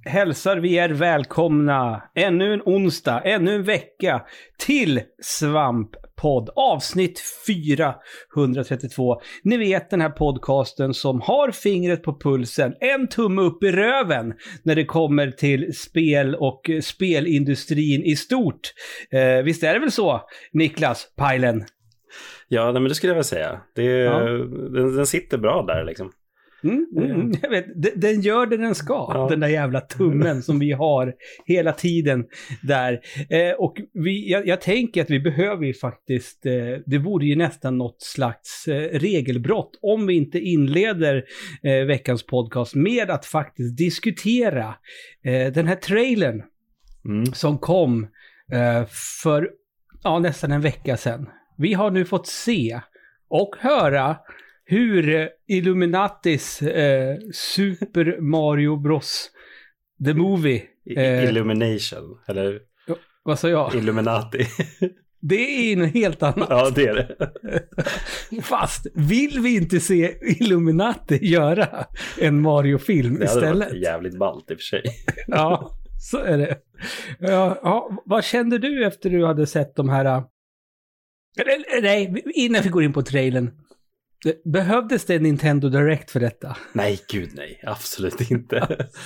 hälsar vi er välkomna ännu en onsdag, ännu en vecka till Svamppodd, avsnitt 432. Ni vet den här podcasten som har fingret på pulsen, en tumme upp i röven när det kommer till spel och spelindustrin i stort. Visst är det väl så, Niklas Pajlen? Ja, men det skulle jag väl säga. Den sitter bra där liksom. Jag vet, den gör det den ska, den där jävla tummen som vi har hela tiden där. Och jag tänker att vi behöver ju faktiskt, det vore ju nästan något slags regelbrott om vi inte inleder veckans podcast med att faktiskt diskutera den här trailern som kom för nästan en vecka sedan. Vi har nu fått se och höra hur Illuminatis Super Mario Bros. The Movie. Illumination, eller? Vad sa jag? Illuminati. Det är en helt annat. Ja, det är det. Fast vill vi inte se Illuminati göra en Mario-film istället? Det hade varit jävligt ballt i och för sig. Ja, så är det. Ja, vad kände du efter du hade sett de här... Nej, innan vi går in på trailern. Behövdes det en Nintendo Direct för detta? Nej, gud nej. Absolut inte.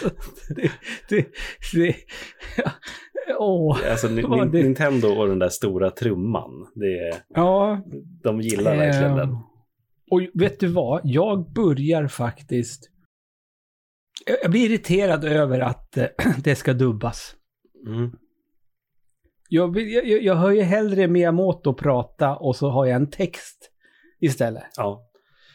Alltså, Nintendo och den där stora trumman. De gillar verkligen den. Och vet du vad? Jag börjar faktiskt... Jag blir irriterad över att det ska dubbas. Jag hör ju hellre Miyamoto prata och så har jag en text istället. Ja.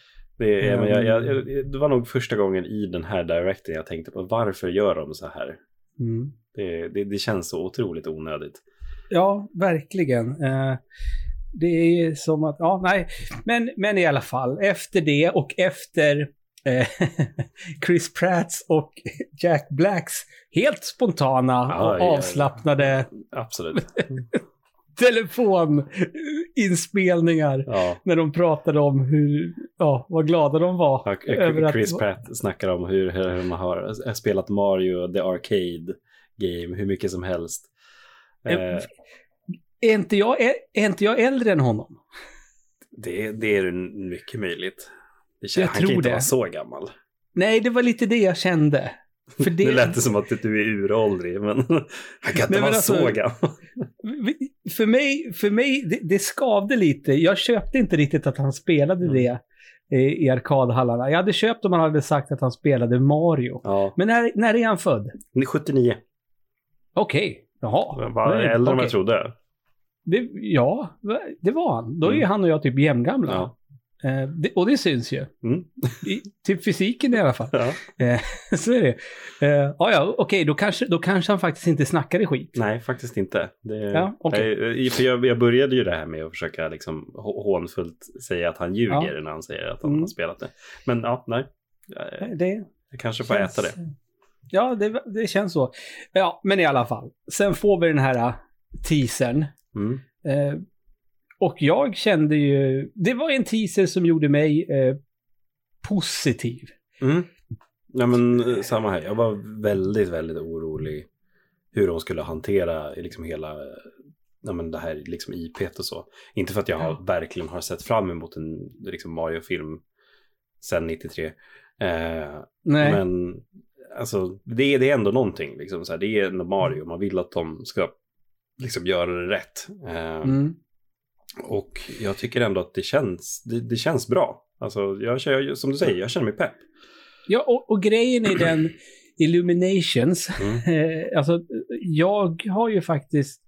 Det var nog första gången i den här directen jag tänkte på varför gör de så här? Det känns så otroligt onödigt. Ja, verkligen. Det är som att, men i alla fall, efter det och efter Chris Pratts och Jack Blacks helt spontana och avslappnade absolut telefoninspelningar när de pratade om vad glada de var över Chris Pratt snackar om hur de har spelat Mario the Arcade game hur mycket som helst. Är inte jag äldre än honom? Det är mycket möjligt. Han kan inte vara så gammal. Nej, det var lite det jag kände. För det lät det som att du är uråldrig, men han kan inte vara så gammal. För mig det skavde lite. Jag köpte inte riktigt att han spelade det i arkadhallarna. Jag hade köpt om man hade sagt att han spelade Mario. Ja. Men när är han född? 79. Okej. Jaha. Var äldre än jag trodde. Det var han. Då är han och jag typ jämngamla. Ja. Och det syns ju. Typ fysiken i alla fall. Ja. Så är det. Okej, då kanske han faktiskt inte snackar i skit. Nej, faktiskt inte. För jag började ju det här med att försöka liksom hånfullt säga att han ljuger när han säger att han har spelat det. Men nej. Det kanske får äta det. Ja, det känns så. Ja, men i alla fall. Sen får vi den här teasern. Och jag kände ju... Det var en teaser som gjorde mig positiv. Ja, men samma här. Jag var väldigt, väldigt orolig hur de skulle hantera liksom hela det här liksom IP:t och så. Inte för att jag verkligen har sett fram emot en liksom Mario-film sedan 93. Nej. Men alltså, det är ändå någonting. Liksom, så här, det är Mario. Man vill att de ska liksom göra det rätt. Och jag tycker ändå att det känns bra. Alltså, som du säger, jag känner mig pepp. Ja, och grejen är den Illuminations. Alltså, jag har ju faktiskt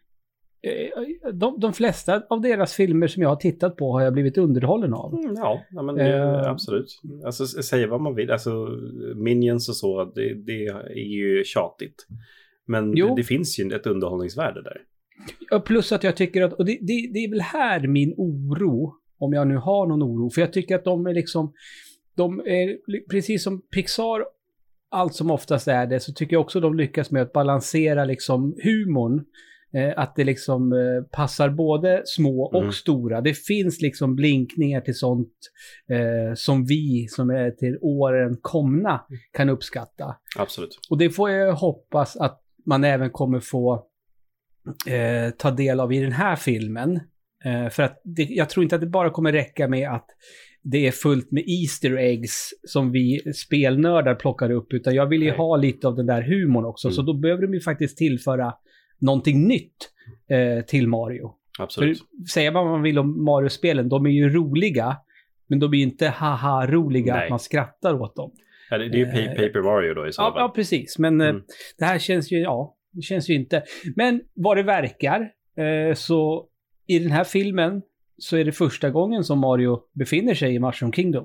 de flesta av deras filmer som jag har tittat på har jag blivit underhållen av. Men absolut. Alltså, säg vad man vill. Alltså, Minions och så, det är ju tjatigt. Men det finns ju ett underhållningsvärde där. Plus att jag tycker att, och det är väl här min oro, om jag nu har någon oro, för jag tycker att de är precis som Pixar allt som oftast är det, så tycker jag också de lyckas med att balansera liksom humorn Att det liksom passar både små och stora. Det finns liksom blinkningar till sånt som vi som är till åren komna kan uppskatta. Absolut. Och det får jag hoppas att man även kommer få ta del av i den här filmen. För att jag tror inte att det bara kommer räcka med att det är fullt med Easter eggs som vi spelnördar plockar upp, utan jag vill ju ha lite av den där humorn också. Så då behöver de ju faktiskt tillföra någonting nytt till Mario. Absolut. För säger man vad man vill om Mario-spelen, de är ju roliga, men de är ju inte haha-roliga att man skrattar åt dem. Ja, det är ju Paper Mario då i så fall. Ja, precis. Men det här känns ju, det känns ju inte. Men vad det verkar, så i den här filmen så är det första gången som Mario befinner sig i Mushroom Kingdom.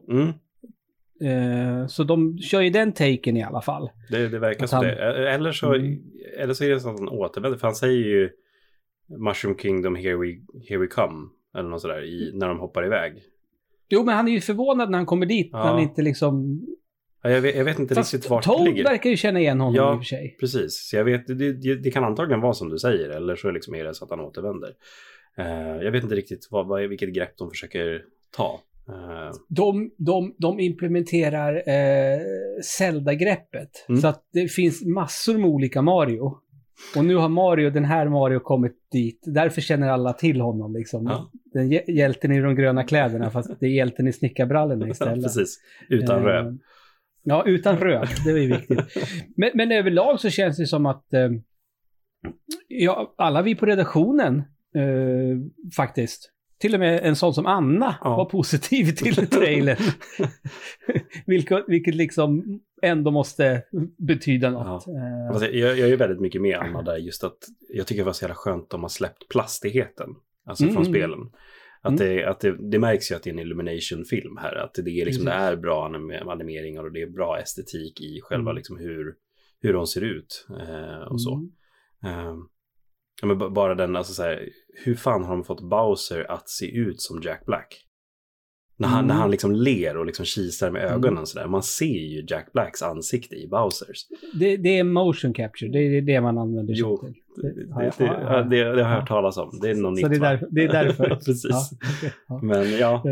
Så de kör ju den taken i alla fall. Det verkar som det. Eller så är det så att han återvänder. För han säger ju Mushroom Kingdom, here we come. Eller något sådär när de hoppar iväg. Jo, men han är ju förvånad när han kommer dit. När han inte liksom... Ja, jag vet inte riktigt vart Toad det ligger. verkar ju känna igen honom i och för sig. Precis. Så jag vet, det kan antagligen vara som du säger. Eller så liksom är det så att han återvänder. Jag vet inte riktigt vilket grepp de försöker ta. De implementerar Zelda-greppet. Så att det finns massor med olika Mario. Och nu har den här Mario kommit dit. Därför känner alla till honom liksom. Ja. Den hjälten i de gröna kläderna, fast det är hjälten i snickarbrallorna istället. Precis, utan röv. Ja, utan röv, det var ju viktigt. Men överlag så känns det som att alla vi på redaktionen faktiskt, till och med en sån som Anna var positiv till trailern. vilket liksom ändå måste betyda något. Jag är ju väldigt mycket med Anna där, just att jag tycker det var så jävla skönt att de har släppt plastigheten, alltså från spelen. Att det märks ju att det är en Illumination-film här, att det är liksom, det är bra animeringar och det är bra estetik i själva liksom hur de ser ut och så. Ja, men bara den, alltså så här, hur fan har de fått Bowser att se ut som Jack Black? När han liksom ler och liksom kisar med ögonen sådär. Man ser ju Jack Blacks ansikte i Bowsers. Det är motion capture, det är det man använder sig till. Det har jag hört talas om. Det är någon så det är därför. Precis. Ja. Men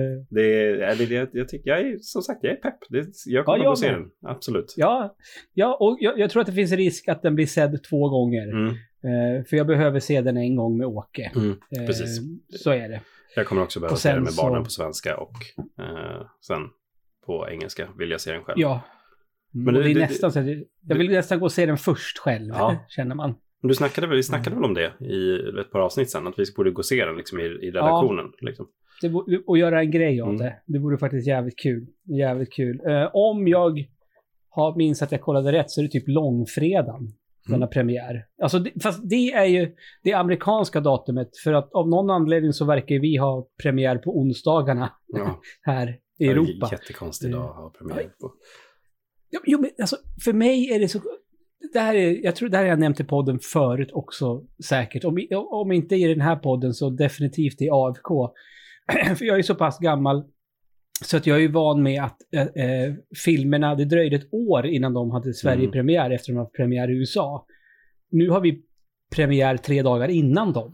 jag tycker, som sagt, jag är pepp. Jag kommer att se den, absolut. Ja, och jag tror att det finns risk att den blir sedd 2 gånger. För jag behöver se den en gång med Åke. Precis. Så är det. Jag kommer också behöva se den med barnen på svenska och sen på engelska vill jag se den själv. Ja. Men det är nästan så jag vill nästan gå och se den först själv, känner man. Men vi snackade väl om det i ett par avsnitt sen, att vi borde gå och se den liksom i redaktionen. Liksom. Och göra en grej av det. Det vore faktiskt jävligt kul. Jävligt kul. Om jag minns att jag kollade rätt så är det typ långfredagen. Denna premiär. Alltså, fast det är ju det amerikanska datumet, för att av någon anledning så verkar vi ha premiär på onsdagarna här i Europa. Det är jättekonstigt dag att ha premiär på. Jo, men alltså, för mig är det så... jag tror det här har jag nämnt i podden förut också säkert. Om inte i den här podden så definitivt i AFK. För jag är så pass gammal så att jag är ju van med att filmerna, det dröjde ett år innan de hade Sverige-premiär efter de hade premiär i USA. Nu har vi premiär 3 dagar innan dem.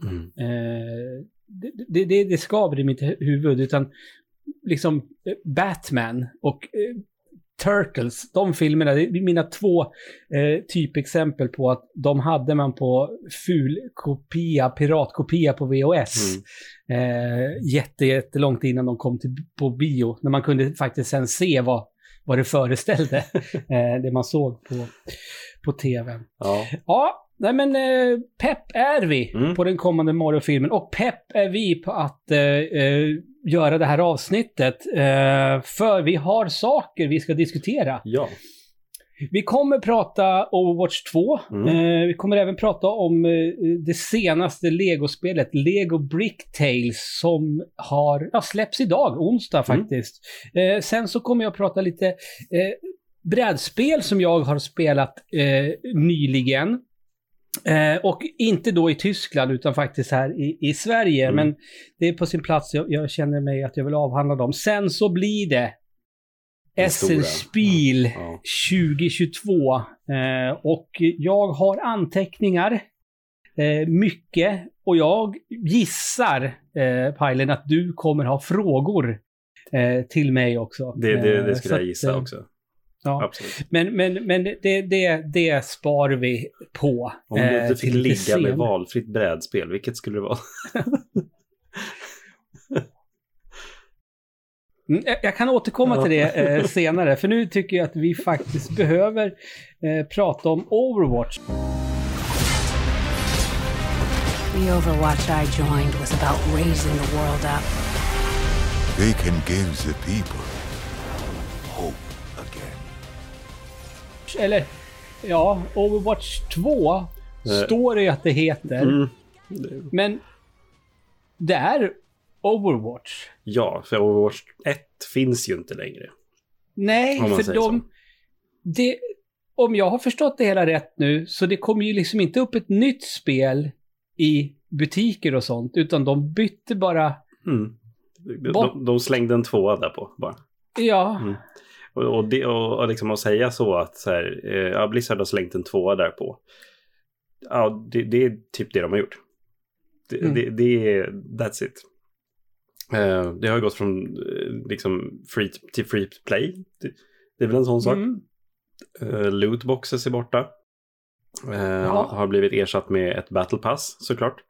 Det skaver i mitt huvud, utan liksom Batman och Turtles, de filmerna, det är mina 2 typexempel på att de hade man på piratkopia på VHS. Jättelångt innan de kom på bio, när man kunde faktiskt sen se vad det föreställde, det man såg på tv. Ja, nej men pepp är vi på den kommande Mario-filmen, och pepp är vi på att göra det här avsnittet, för vi har saker vi ska diskutera. Ja. Vi kommer prata Overwatch 2. Vi kommer även prata om det senaste Lego-spelet, Lego Brick Tales, som har släpps idag, onsdag faktiskt. Sen så kommer jag prata lite brädspel som jag har spelat nyligen. Och inte då i Tyskland utan faktiskt här i Sverige. Men det är på sin plats, jag känner mig att jag vill avhandla dem. Sen så blir det SL-spel 2022. Och jag har anteckningar mycket. Och jag gissar, Pajlen, att du kommer ha frågor till mig också. Det skulle jag gissa också. Ja. Absolut. Men det spar vi på. Om du inte fick ligga med valfritt brädspel, vilket skulle det vara? Jag kan återkomma till det senare, för nu tycker jag att vi faktiskt behöver prata om Overwatch. The Overwatch I joined was about raising the world up. They can give the people hope again. Eller, ja, Overwatch 2 står det ju att det heter. Men det är Overwatch. Ja, för Overwatch 1 finns ju inte längre. Nej, för om jag har förstått det hela rätt nu, så det kommer ju liksom inte upp ett nytt spel i butiker och sånt, utan de bytte bara de slängde en 2 där på bara. Ja. Och liksom att säga så att så här, Blizzard har slängt en 2 där på. Ja, det är typ det de har gjort. Det är that's it. Det har gått från liksom free till free play. Det är väl en sån sak. Lootboxes är borta. Har blivit ersatt med ett Battle Pass, såklart.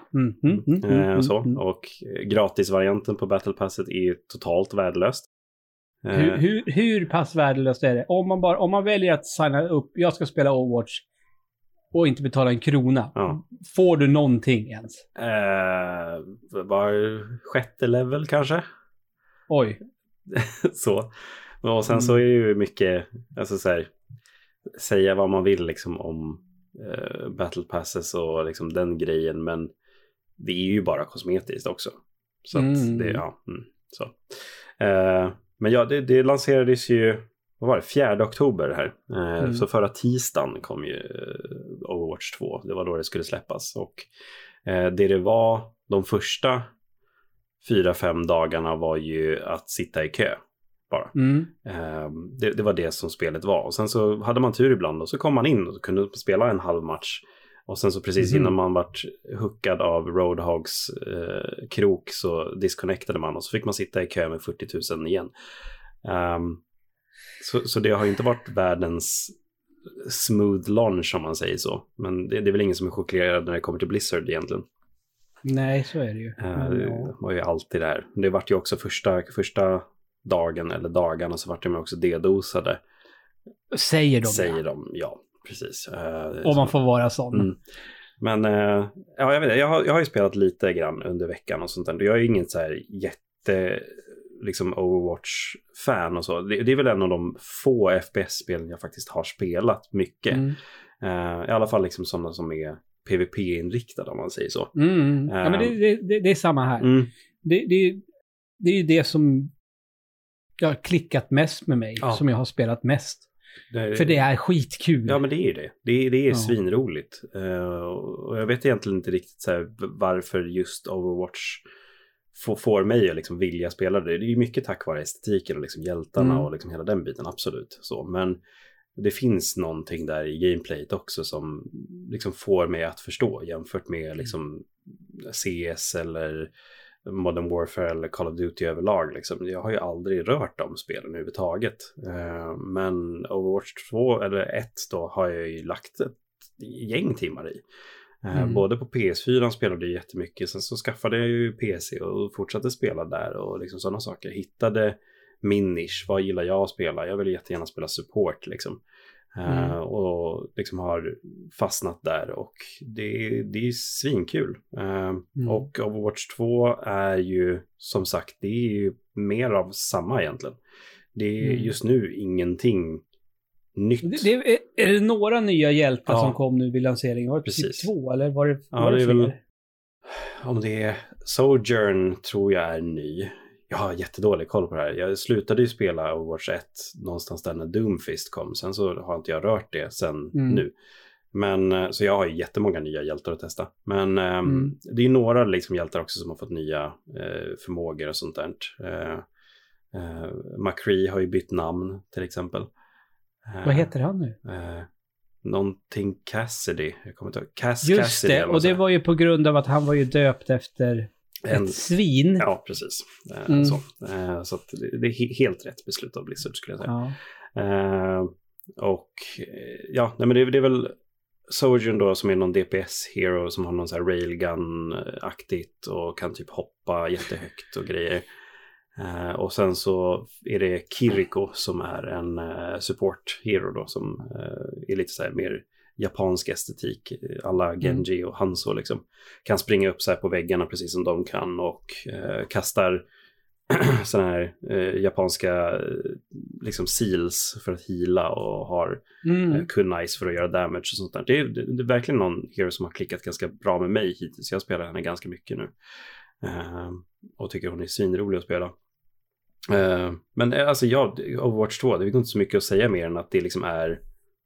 Och gratisvarianten på Battle Passet är totalt värdelöst. Hur pass värdelöst är det? Om man väljer att signa upp, jag ska spela Overwatch och inte betala en krona. Får du någonting ens? Var 6:e level kanske? Oj. Så. Och sen så är det ju mycket, alltså så här, säga vad man vill liksom om Battle Passes och liksom den grejen, men det är ju bara kosmetiskt också. Så att det, så. Men ja, det lanserades ju, vad var det, 4 oktober här. Så förra tisdagen kom ju Overwatch 2. Det var då det skulle släppas. Och det var de första 4-5 dagarna var ju att sitta i kö bara. Det var det som spelet var. Och sen så hade man tur ibland och så kom man in och kunde spela en halv match. Och sen så precis innan man vart hookad av Roadhogs krok så disconnectade man och så fick man sitta i kö med 40 000 igen. Så det har inte varit världens smooth launch om man säger så. Men det är väl ingen som är chockerad när det kommer till Blizzard egentligen. Nej, så är det ju. Det var ju alltid det här. Det vart ju också första dagen eller dagarna så vart de också dedosade. Säger de, ja. Precis. Om man får vara sån. Men ja, jag vet inte. Jag har ju spelat lite grann under veckan och sånt där. Jag är ingen så här jätte liksom Overwatch-fan och så. Det är väl en av de få FPS-spelen jag faktiskt har spelat mycket. I alla fall liksom sådana som är PvP-inriktade om man säger så. Ja, men det är samma här. Det är ju det som jag har klickat mest med mig. Som jag har spelat mest. För det är skitkul. Ja, men det är det. Det är svinroligt. Och jag vet egentligen inte riktigt så här, varför just Overwatch får mig att liksom vilja spela det. Det är ju mycket tack vare estetiken och liksom hjältarna och liksom hela den biten, absolut. Så. Men det finns någonting där i gameplayet också som liksom får mig att förstå jämfört med liksom CS eller Modern Warfare eller Call of Duty överlag. Liksom. Jag har ju aldrig rört de spelen överhuvudtaget. Men Overwatch 2 eller 1 då har jag ju lagt ett gäng timmar i. Både på PS4 spelade jag jättemycket. Sen så skaffade jag ju PC och fortsatte spela där och liksom sådana saker. Hittade min nisch. Vad gillar jag att spela? Jag vill jättegärna spela support liksom. Och liksom har fastnat där och det är svinkul. Och Overwatch 2 är ju som sagt, det är ju mer av samma egentligen. Det är just nu ingenting nytt. Är det några nya hjältar som kom nu vid lanseringen? Var det precis 2 eller var det det är väl, om det är Sojourn tror jag är ny. Jag har jättedålig koll på det här. Jag slutade ju spela Overwatch 1 någonstans där när Doomfist kom. Sen så har inte jag rört det sen nu. Men så jag har ju jättemånga nya hjältar att testa. Men det är ju några liksom hjältar också som har fått nya förmågor och sånt där. McCree har ju bytt namn till exempel. Vad heter han nu? någonting Cassidy. Jag kommer inte ihåg. Just Cassidy, det, och det var ju på grund av att han var ju döpt efter ett svin. Ja, precis. Så att det är helt rätt beslut av Blizzard, skulle jag säga. Ja. Men det är väl Sojourn då, som är någon DPS-hero som har någon så här railgun-aktigt och kan typ hoppa jättehögt och grejer. Och sen så är det Kiriko som är en support-hero då, som är lite så här mer japansk estetik. Alla Genji och Hanzo liksom kan springa upp så här på väggarna precis som de kan och kastar såna här japanska liksom seals för att heala och har kunnies för att göra damage och sånt där. Det är verkligen någon hero som har klickat ganska bra med mig hittills. Jag spelar henne ganska mycket nu och tycker hon är svinrolig att spela. Men alltså Overwatch 2, det är inte så mycket att säga mer än att det liksom är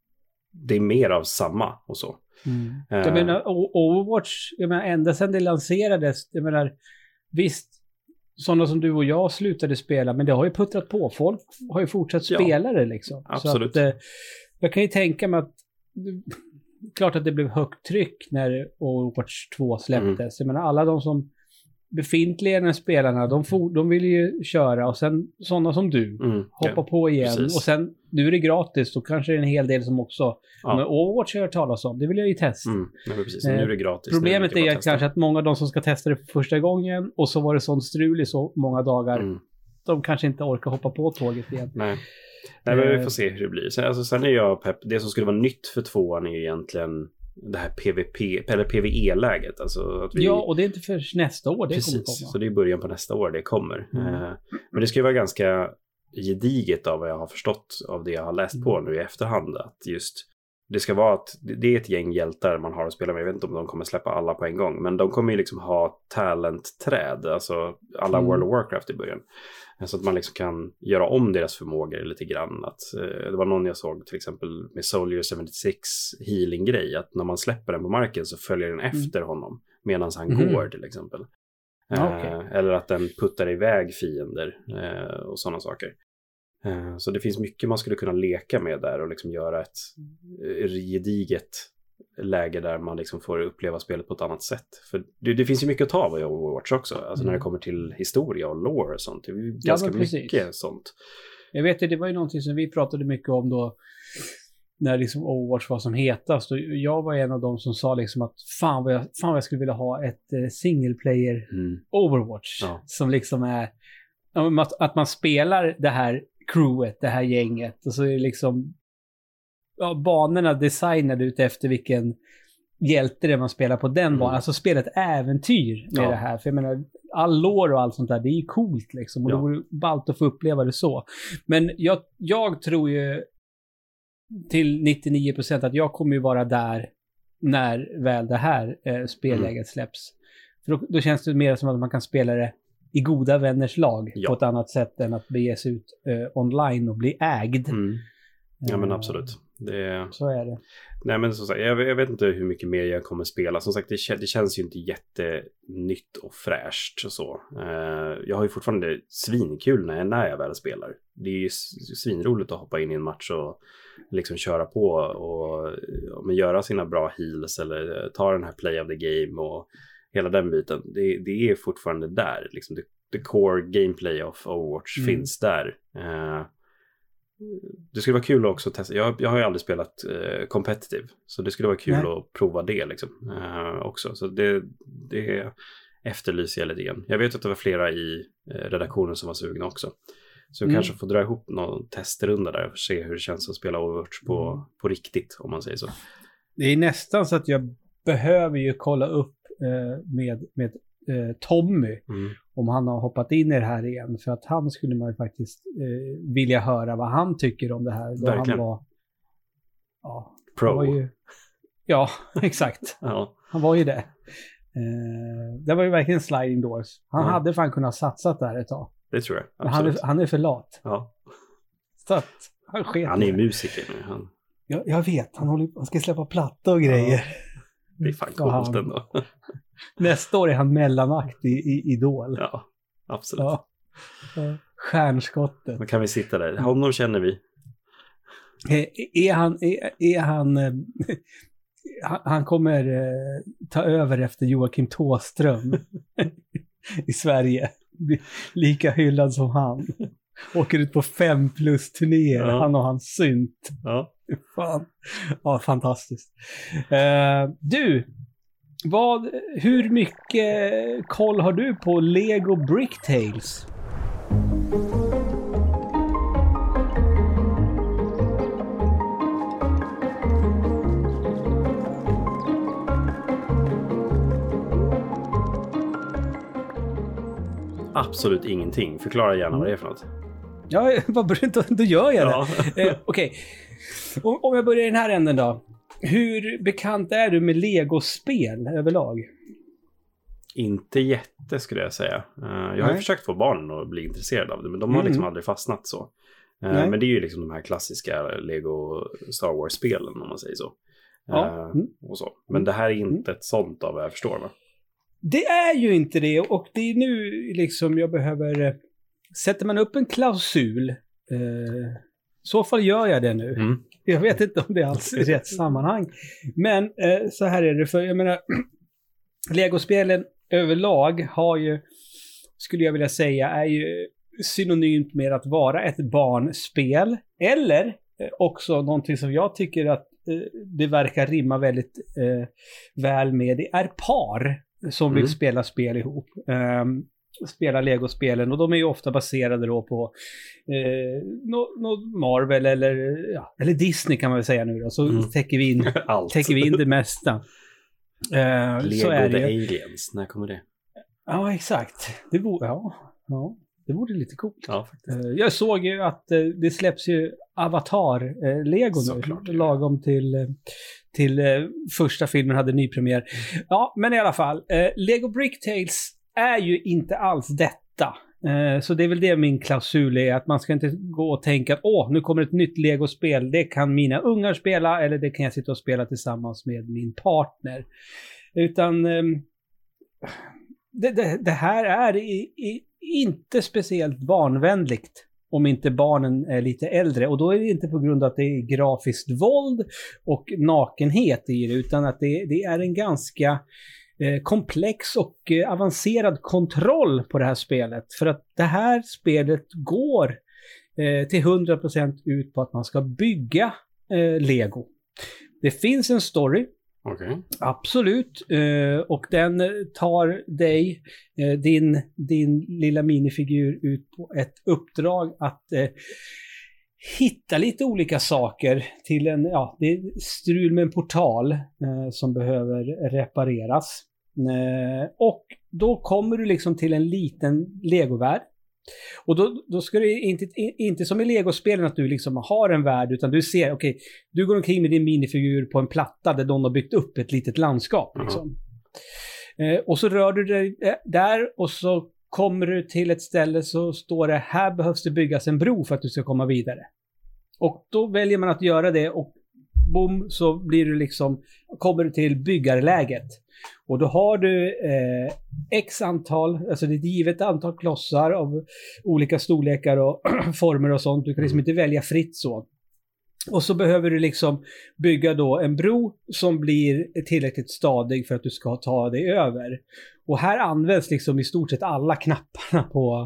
mer av samma och så. Jag menar, Overwatch, ända sedan det lanserades, jag menar, visst, sådana som du och jag slutade spela, men det har ju puttrat på. Folk har ju fortsatt spela det liksom. Absolut. Så att, jag kan ju tänka mig att klart att det blev högt tryck när Overwatch 2 släpptes. Jag menar, alla de som befintliga spelarna, de vill ju köra, och sen sådana som du hoppar på igen. Precis. Och sen, nu är det gratis, så kanske det är en hel del som också men Overwatch har jag hört talas om, det vill jag ju testa. Nej, precis. Nu är det gratis. Problemet är kanske att många av de som ska testa det för första gången, och så var det sån strul i så många dagar, de kanske inte orkar hoppa på tåget igen. Nej, men vi får se hur det blir. Sen är jag pepp. Det som skulle vara nytt för 2:an är ju egentligen det här PvP eller PvE-läget. Alltså att ja, och det är inte för nästa år det kommer komma. Så det är början på nästa år det kommer. Men det ska ju vara ganska gediget av vad jag har förstått av det jag har läst på nu i efterhand. Att just det ska vara att det är ett gäng hjältar man har att spela med. Jag vet inte om de kommer släppa alla på en gång. Men de kommer ju liksom ha talentträd. Alltså alla World of Warcraft i början. Så att man liksom kan göra om deras förmågor lite grann. Det var någon jag såg till exempel med Soldier 76 healing-grej. Att när man släpper den på marken så följer den efter honom medan han går till exempel. Eller att den puttar iväg fiender och sådana saker. Så det finns mycket man skulle kunna leka med där och liksom göra ett gediget läge där man liksom får uppleva spelet på ett annat sätt. För det finns ju mycket att ta av i Overwatch också. Alltså när det kommer till historia och lore och sånt. Det är ju ganska mycket sånt. Jag vet att det var ju någonting som vi pratade mycket om då när liksom Overwatch var som hetast. Och jag var en av dem som sa liksom att fan vad jag skulle vilja ha ett single player Overwatch. Ja. Som liksom är att man spelar det här crewet, det här gänget. Och så är det liksom banorna designade ut efter vilken hjälte det man spelar på den banan. Alltså spela ett äventyr med det här. För jag menar, all lore och allt sånt där, det är ju coolt liksom. Och det vore ballt att få uppleva det så. Men jag tror ju till 99% att jag kommer ju vara där när väl det här spelläget släpps. För då känns det mer som att man kan spela det i goda vänners lag på ett annat sätt än att bege sig ut online och bli ägd. Ja, men absolut. Så är det. Nej, men som sagt, jag vet inte hur mycket mer jag kommer spela. Som sagt, det känns ju inte jättenytt och fräscht och så. Jag har ju fortfarande svinkul när jag väl spelar. Det är ju svinroligt att hoppa in i en match och liksom köra på och göra sina bra heals eller ta den här play of the game och hela den biten. Det är fortfarande där. Liksom the core gameplay of Overwatch finns där. Det skulle vara kul också att testa. Jag har ju aldrig spelat competitive, så det skulle vara kul att prova det liksom, också. Så det efterlyser jag lite grann. Jag vet att det var flera i redaktionen som var sugna också. Så jag kanske får dra ihop någon testrunda där och se hur det känns att spela Overwatch på riktigt, om man säger så. Det är nästan så att jag behöver ju kolla upp med Tommy om han har hoppat in i det här igen, för att han skulle man ju faktiskt vilja höra vad han tycker om det här då. Verkligen. Han var pro. Han var ju, exakt. Han var ju det. Det var ju verkligen sliding doors. Han hade fan kunnat satsa där ett tag. Det tror jag. Absolut. Han är för lat. Ja. Så att han är ju musiker nu. Jag vet, han ska släppa platta och grejer. Det är fan coolt ändå. Nästa år är han mellanakt i Idol. Ja, absolut. Stjärnskottet. Då kan vi sitta där. Honom känner vi. Han kommer ta över efter Joakim Tåström i Sverige. Lika hyllad som han. Åker ut på 5+-turnéer, han och hans synt. Ja. Fan. Ja, fantastiskt. Du, hur mycket koll har du på Lego Bricktales? Absolut ingenting. Förklara gärna vad det är för något. Ja, då gör jag det. Okej. Om jag börjar i den här änden då. Hur bekant är du med Lego-spel överlag? Inte jätte skulle jag säga. Jag har ju försökt få barnen att bli intresserade av det, men de har liksom aldrig fastnat så. Men det är ju liksom de här klassiska Lego Star Wars-spelen om man säger så. Och så. Men det här är inte ett sånt av vad jag förstår, va? Det är ju inte det, och det är nu liksom jag behöver... Sätter man upp en klausul, så fall gör jag det nu. Jag vet inte om det är alls i rätt sammanhang. Men så här är det, för jag menar, Lego-spelen överlag har ju, skulle jag vilja säga, är ju synonymt med att vara ett barnspel. Eller också någonting som jag tycker att det verkar rimma väldigt väl med. Det är par som vill spela spel ihop. Spela Lego-spelen, och de är ju ofta baserade då på Marvel eller Disney kan man väl säga nu då. Så täcker vi in det mesta. Lego så är The det. Aliens, när kommer det? Ja, exakt. Det vore lite coolt. Ja, faktiskt. Jag såg ju att det släpps ju Avatar-Lego nu. Lagom till första filmen hade nypremiär. Ja, men i alla fall. Lego Bricktales är ju inte alls detta. Så det är väl det min klausul är, att man ska inte gå och tänka att nu kommer ett nytt Lego-spel. Det kan mina ungar spela, eller det kan jag sitta och spela tillsammans med min partner. Utan det här är inte speciellt barnvänligt om inte barnen är lite äldre. Och då är det inte på grund av att det är grafiskt våld och nakenhet i det, utan att det är en ganska komplex och avancerad kontroll på det här spelet. För att det här spelet går till 100% ut på att man ska bygga Lego. Det finns en story. Okay. Absolut. Och den tar dig, din lilla minifigur, ut på ett uppdrag att hitta lite olika saker till det är strul med en portal som behöver repareras. Och då kommer du liksom till en liten Lego-värld. Och då ska det inte som i Lego-spelen att du liksom har en värld, utan du ser, du går omkring med din minifigur på en platta där någon har byggt upp ett litet landskap. Liksom. Och så rör du dig där, och så kommer du till ett ställe, så står det, här behövs det byggas en bro för att du ska komma vidare. Och då väljer man att göra det, och boom, så blir du liksom, kommer du till byggarläget. Och då har du x antal, alltså det är ett givet antal klossar av olika storlekar och former och sånt. Du kan liksom inte välja fritt så. Och så behöver du liksom bygga då en bro som blir tillräckligt stadig för att du ska ta dig över. Och här används liksom i stort sett alla knapparna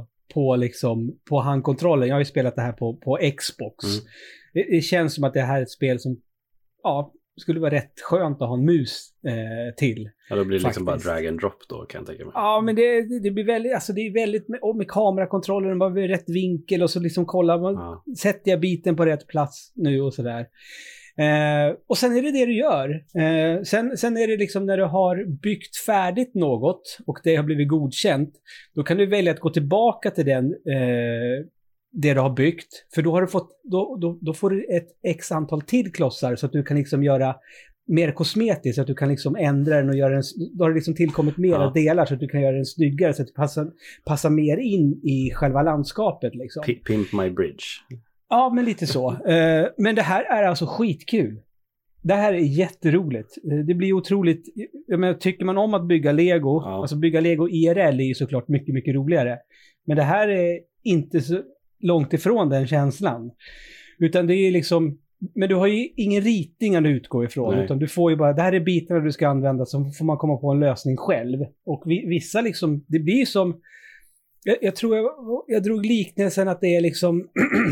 på handkontrollen. Jag har ju spelat det här på Xbox. Det känns som att det här är ett spel som skulle vara rätt skönt att ha en mus till. Ja, då blir det liksom bara drag and drop då, kan jag tänka mig. Ja, men det blir väldigt, alltså det är väldigt med kamerakontrollen, bara vid rätt vinkel, och så liksom kolla, sätter jag biten på rätt plats nu och sådär. Och sen är det du gör. Sen är det liksom när du har byggt färdigt något och det har blivit godkänt, då kan du välja att gå tillbaka till det du har byggt, för då har du fått då får du ett x antal till klossar, så att du kan liksom göra mer kosmetiskt, så att du kan liksom ändra den och göra den, då har det liksom tillkommit mera delar så att du kan göra den snyggare, så att det passar mer in i själva landskapet liksom. Pimp my bridge. Ja, men lite så. Men det här är alltså skitkul. Det här är jätteroligt. Det blir otroligt, jag menar, tycker man om att bygga Lego, alltså bygga Lego IRL är ju såklart mycket, mycket roligare. Men det här är inte så långt ifrån den känslan. Utan det är liksom, Men du har ju ingen ritning att utgå ifrån. Nej. Utan du får ju bara, det här är bitarna du ska använda, så får man komma på en lösning själv. Och vissa liksom, det blir som... Jag tror jag drog liknelsen att det är liksom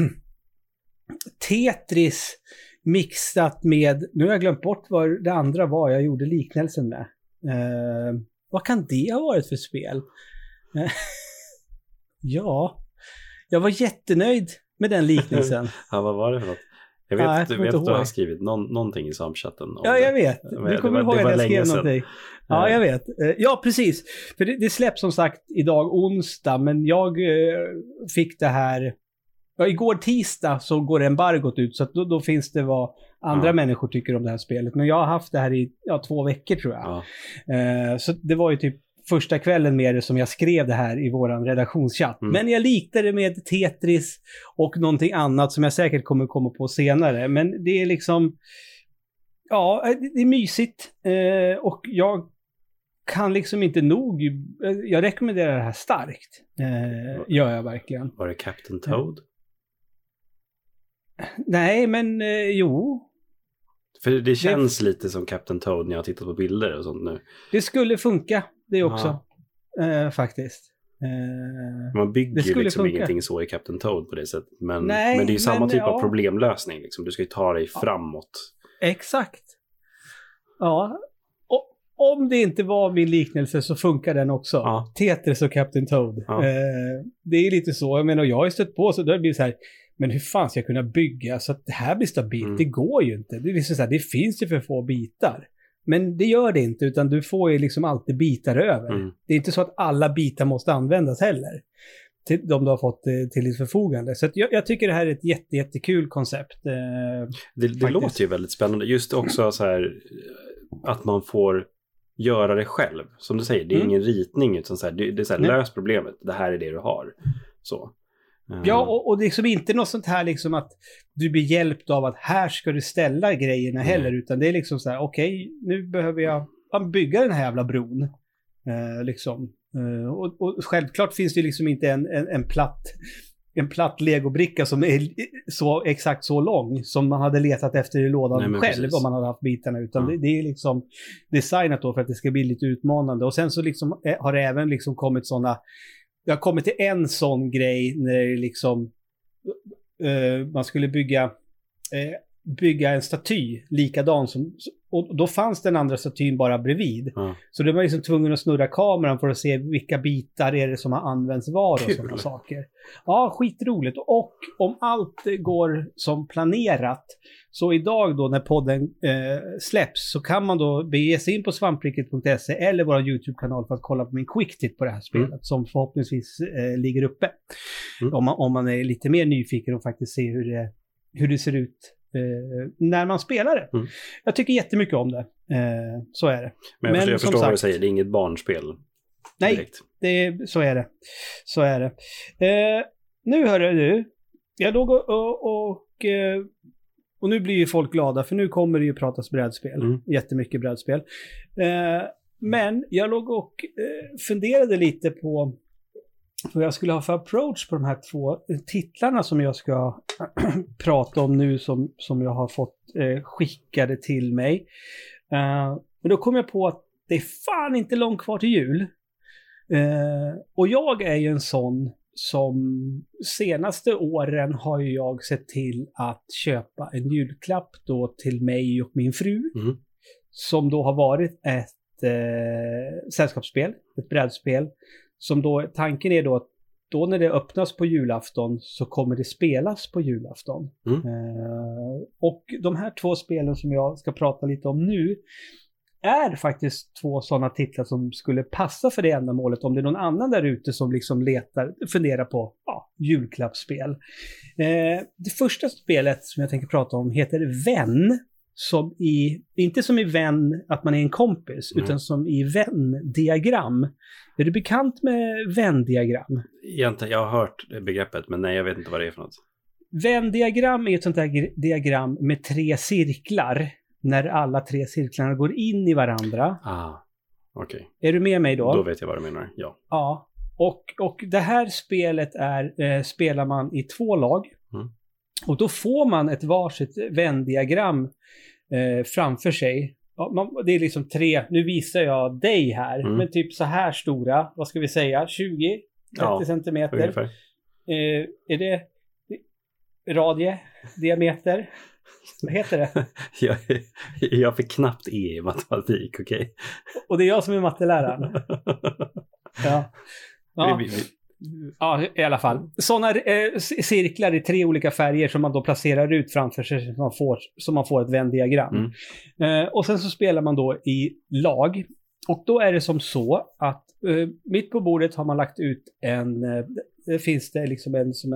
Tetris mixat med... Nu har jag glömt bort vad det andra var jag gjorde liknelsen med. Vad kan det ha varit för spel? Ja, jag var jättenöjd med den liknelsen. Ja, vad var det för något? Jag vet att du har skrivit någonting i Samchatten. Ja, jag vet. Du kommer ihåg att jag skrev någonting. Ja, jag vet. Ja, precis. För det släpps som sagt idag onsdag, men jag fick det här... Ja, igår tisdag så går embargot ut, så att då finns det vad andra människor tycker om det här spelet. Men jag har haft det här i 2 veckor tror jag. Ja. Så det var ju typ första kvällen med det som jag skrev det här i våran redaktionschatt. Men jag liknade det med Tetris och någonting annat som jag säkert kommer komma på senare. Men det är liksom... Ja, det är mysigt. Och jag kan liksom inte nog... Jag rekommenderar det här starkt. Gör jag verkligen. Var det Captain Toad? Nej, men jo. För det känns lite som Captain Toad när jag har tittat på bilder och sånt nu. Det skulle funka, det också. Faktiskt. Man bygger ju liksom ingenting så i Captain Toad på det sättet. Men det är ju samma typ av problemlösning. Liksom. Du ska ju ta dig framåt. Exakt. Ja. Och om det inte var min liknelse så funkar den också. Ja. Tetris och Captain Toad. Ja. Det är lite så. Jag menar, jag har ju stött på så det blir så här... Men hur fan ska jag kunna bygga så att det här blir stabilt? Det går ju inte. Det är liksom så här, det finns ju för få bitar. Men det gör det inte, utan du får ju liksom alltid bitar över. Det är inte så att alla bitar måste användas heller. Till de du har fått till ditt förfogande. Så att jag tycker det här är ett jättekul koncept. Det låter ju väldigt spännande. Just också så här att man får göra det själv. Som du säger, det är ingen ritning utan så här, det är så här, lös problemet. Det här är det du har. Så. Ja, och det är liksom inte något sånt här liksom att du blir hjälpt av att här ska du ställa grejerna heller, utan det är liksom så här, okej, nu behöver jag bygga den här jävla bron. Liksom. Och självklart finns det liksom inte en platt legobricka som är så exakt så lång som man hade letat efter i lådan själv. Precis. Om man hade haft bitarna, utan det är liksom designat då för att det ska bli lite utmanande. Och sen så liksom har det även liksom kommit sådana... Jag har kommit till en sån grej när det liksom man skulle bygga en staty likadan som, och då fanns den andra statyn bara bredvid. Så det var liksom tvungen att snurra kameran för att se vilka bitar är det som har använts var och sådana saker. Ja, skitroligt. Och om allt går som planerat, så idag då när podden släpps så kan man då bege sig in på svampriket.se eller vår YouTube-kanal för att kolla på min quick-titt på det här spelet som förhoppningsvis ligger uppe. Om man är lite mer nyfiken och faktiskt ser hur det ser ut när man spelar det. Jag tycker jättemycket om det. Så är det. Men jag förstår vad du säger, det är inget barnspel. Nej, så är det. Så är det. Nu hörru du, jag låg och nu blir ju folk glada för nu kommer det ju pratas brädspel. Jättemycket brädspel. Men jag låg och funderade lite på vad jag skulle ha för approach på de här 2 titlarna som jag ska prata om nu som jag har fått skickade till mig. Men då kom jag på att det är fan inte långt kvar till jul. Och jag är ju en sån som senaste åren har ju jag sett till att köpa en julklapp då till mig och min fru. Som då har varit ett sällskapsspel, ett brädspel. Som då, tanken är då att då när det öppnas på julafton så kommer det spelas på julafton. Och de här 2 spelen som jag ska prata lite om nu är faktiskt 2 sådana titlar som skulle passa för det ändamålet om det är någon annan där ute som liksom funderar på julklappsspel. Det första spelet som jag tänker prata om heter Vän. Inte som i vän att man är en kompis, utan som i vändiagram. Är du bekant med vändiagram? Jag har hört begreppet, men nej, jag vet inte vad det är för något. Vändiagram är ett sånt här diagram med 3 cirklar. När alla 3 cirklarna går in i varandra. Okej. Är du med mig då? Då vet jag vad du menar, ja. Ja, och det här spelet spelar man i 2 lag. Och då får man ett varsitt vändiagram framför sig. Ja, det är liksom 3, nu visar jag dig här, men typ så här stora, vad ska vi säga, 20-30 centimeter. Ungefär. Är det radie, diameter? Vad heter det? Jag fick knappt i matematik, okej? Och det är jag som är matteläraren. Ja. Ja, i alla fall. Sådana cirklar i 3 olika färger som man då placerar ut framför sig så man får ett vändiagram. Och sen så spelar man då i lag. Och då är det som så att mitt på bordet har man lagt ut det finns det liksom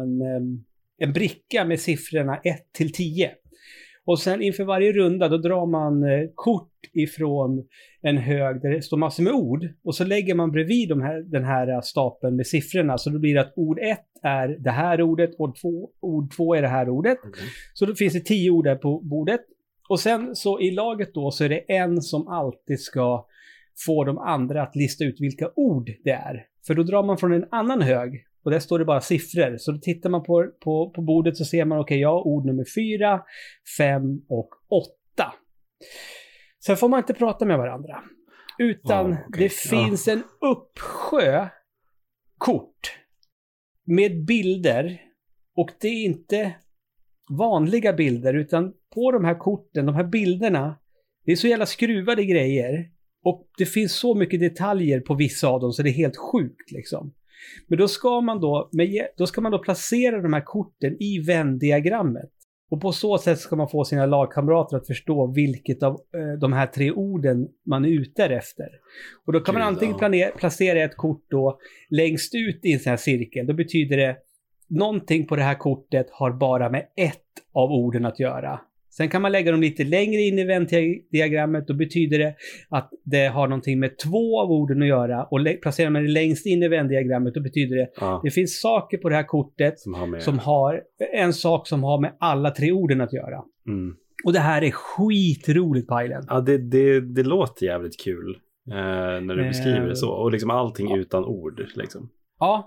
en bricka med siffrorna 1-10. Och sen inför varje runda då drar man kort ifrån en hög där det står massor med ord. Och så lägger man bredvid den här stapeln med siffrorna. Så då blir det att ord 1 är det här ordet, ord 2 är det här ordet. Så då finns det 10 ord där på bordet. Och sen så i laget då så är det en som alltid ska få de andra att lista ut vilka ord det är. För då drar man från en annan hög. Och där står det bara siffror. Så då tittar man på bordet så ser man ord nummer 4, 5 och 8. Sen får man inte prata med varandra. Utan det finns en uppsjö kort med bilder. Och det är inte vanliga bilder utan på de här korten, de här bilderna, det är så jävla skruvade grejer. Och det finns så mycket detaljer på vissa av dem så det är helt sjukt liksom. Men då ska man då placera de här korten i vändiagrammet. Och på så sätt ska man få sina lagkamrater att förstå vilket av de här 3 orden man är ute efter. Och då kan man antingen placera ett kort då längst ut i en sån här cirkel. Då betyder det någonting på det här kortet har bara med ett av orden att göra. Sen kan man lägga dem lite längre in i vändiagrammet. Då betyder det att det har någonting med 2 av orden att göra. Och placerar man det längst in i vändiagrammet, då betyder det det finns saker på det här kortet som har en sak som har med alla 3 orden att göra. Och det här är skitroligt, Pajlen. Ja, det låter jävligt kul när du beskriver det så. Och liksom allting utan ord liksom. Ja.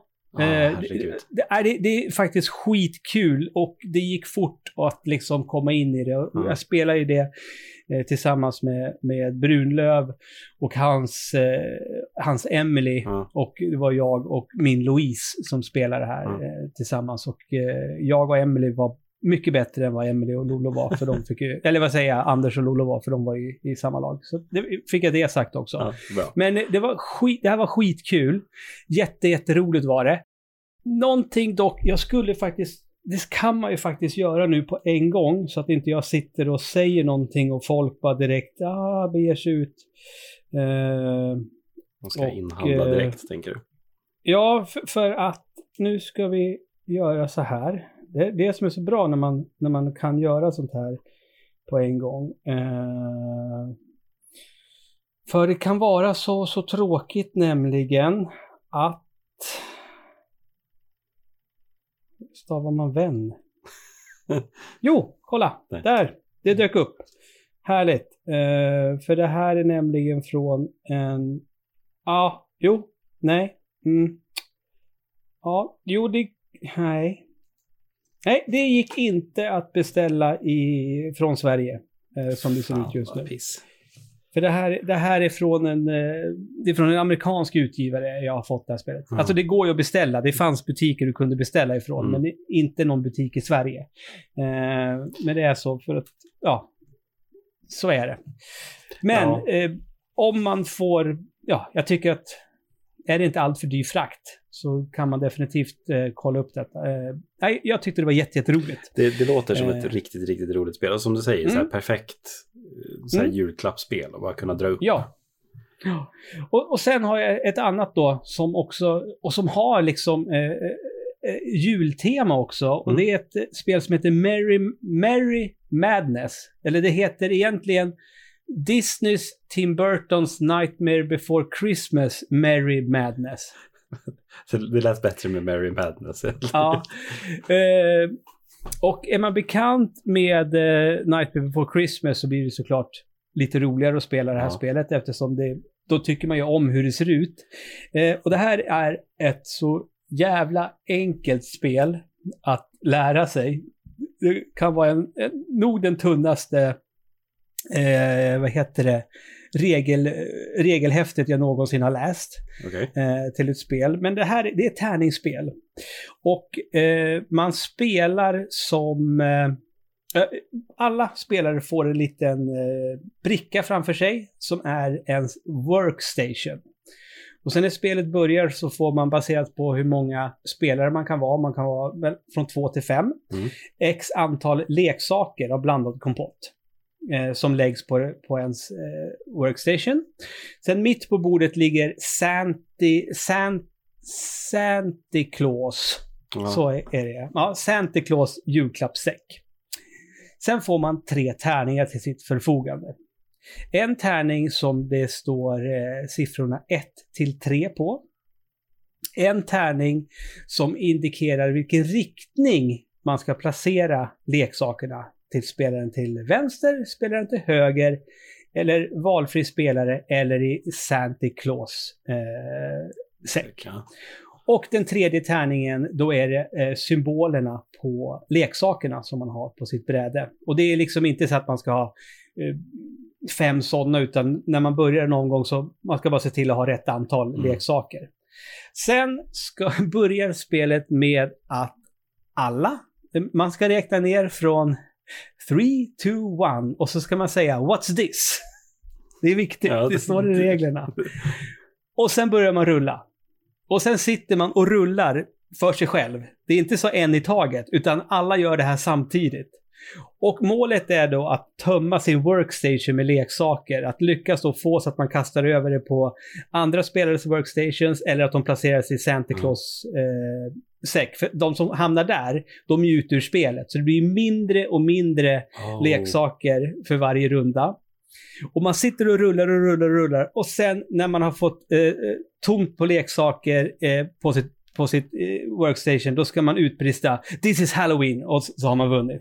Det är faktiskt skitkul och det gick fort att liksom komma in i det. Jag spelade ju det tillsammans med Brunlöv och hans Emily och det var jag och min Louise som spelade det här tillsammans och jag och Emily var mycket bättre än vad Emily och Lolo var för de fick ju, eller vad säger jag, Anders och Lolo var för de var i samma lag. Så det fick jag det sagt också. Men det här var skitkul. Jätteroligt var det. Någonting dock, jag skulle faktiskt, det kan man ju faktiskt göra nu på en gång så att inte jag sitter och säger någonting och folk bara direkt beger sig ut. De ska inhandla direkt, tänker du? Ja, för att nu ska vi göra så här. Det är det som är så bra när man kan göra sånt här på en gång. För det kan vara så tråkigt nämligen att stavar man vän? Jo, kolla. Nej. Där. Det dök upp. Härligt. För det här är nämligen från en... Nej. Nej. Nej, det gick inte att beställa från Sverige som det ser ut just nu. Piss. För det här är från en amerikansk utgivare jag har fått det här spelet. Alltså det går ju att beställa. Det fanns butiker du kunde beställa ifrån, men inte någon butik i Sverige. Men det är så för att, så är det. Men om man får, jag tycker att är det inte allt för dyr frakt så kan man definitivt kolla upp detta. Jag tyckte det var jätteroligt. Det låter som ett riktigt, riktigt roligt spel. Och som du säger, så här perfekt så här julklappsspel och bara kunna dra upp. Ja. Och sen har jag ett annat då som också, och som har liksom jultema också. Och det är ett spel som heter Merry Madness. Eller det heter egentligen Disney's Tim Burtons Nightmare Before Christmas Merry Madness. Så det lät bättre med Merry Madness. Ja. Och är man bekant med Nightmare Before Christmas så blir det såklart lite roligare att spela det här spelet eftersom då tycker man ju om hur det ser ut. Och det här är ett så jävla enkelt spel att lära sig. det kan vara nog den tunnaste regelhäftet jag någonsin har läst till ett spel. Men det är ett tärningsspel. Och man spelar som... alla spelare får en liten bricka framför sig som är en workstation. Och sen när spelet börjar så får man baserat på hur många spelare man kan vara från 2 till 5. X antal leksaker av blandad kompott som läggs på ens workstation. Sen mitt på bordet ligger Santa Claus. Så är det. Ja, Santa Claus julklappssäck. Sen får man 3 tärningar till sitt förfogande. En tärning som det står siffrorna 1 till 3 på. En tärning som indikerar vilken riktning man ska placera leksakerna till. Spelaren till vänster, spelaren till höger eller valfri spelare eller i Santa Claus säck. Och den tredje tärningen, då är det symbolerna på leksakerna som man har på sitt bräde. Och det är liksom inte så att man ska ha 5 sådana, utan när man börjar någon gång så man ska bara se till att ha rätt antal leksaker. Sen börjar spelet med att man ska räkna ner från 3, 2, 1 och så ska man säga what's this? Det är viktigt, det står i reglerna. Och sen börjar man rulla. Och sen sitter man och rullar för sig själv. Det är inte så en i taget, utan alla gör det här samtidigt. Och målet är då att tömma sin workstation med leksaker. Att lyckas då få så att man kastar över det på andra spelares workstations eller att de placeras i Santa Claus säck. För de som hamnar där, de är ute ur spelet. Så det blir mindre och mindre leksaker för varje runda. Och man sitter och rullar och sen när man har fått tomt på leksaker på sitt workstation, då ska man utbrista "This is Halloween" och så har man vunnit.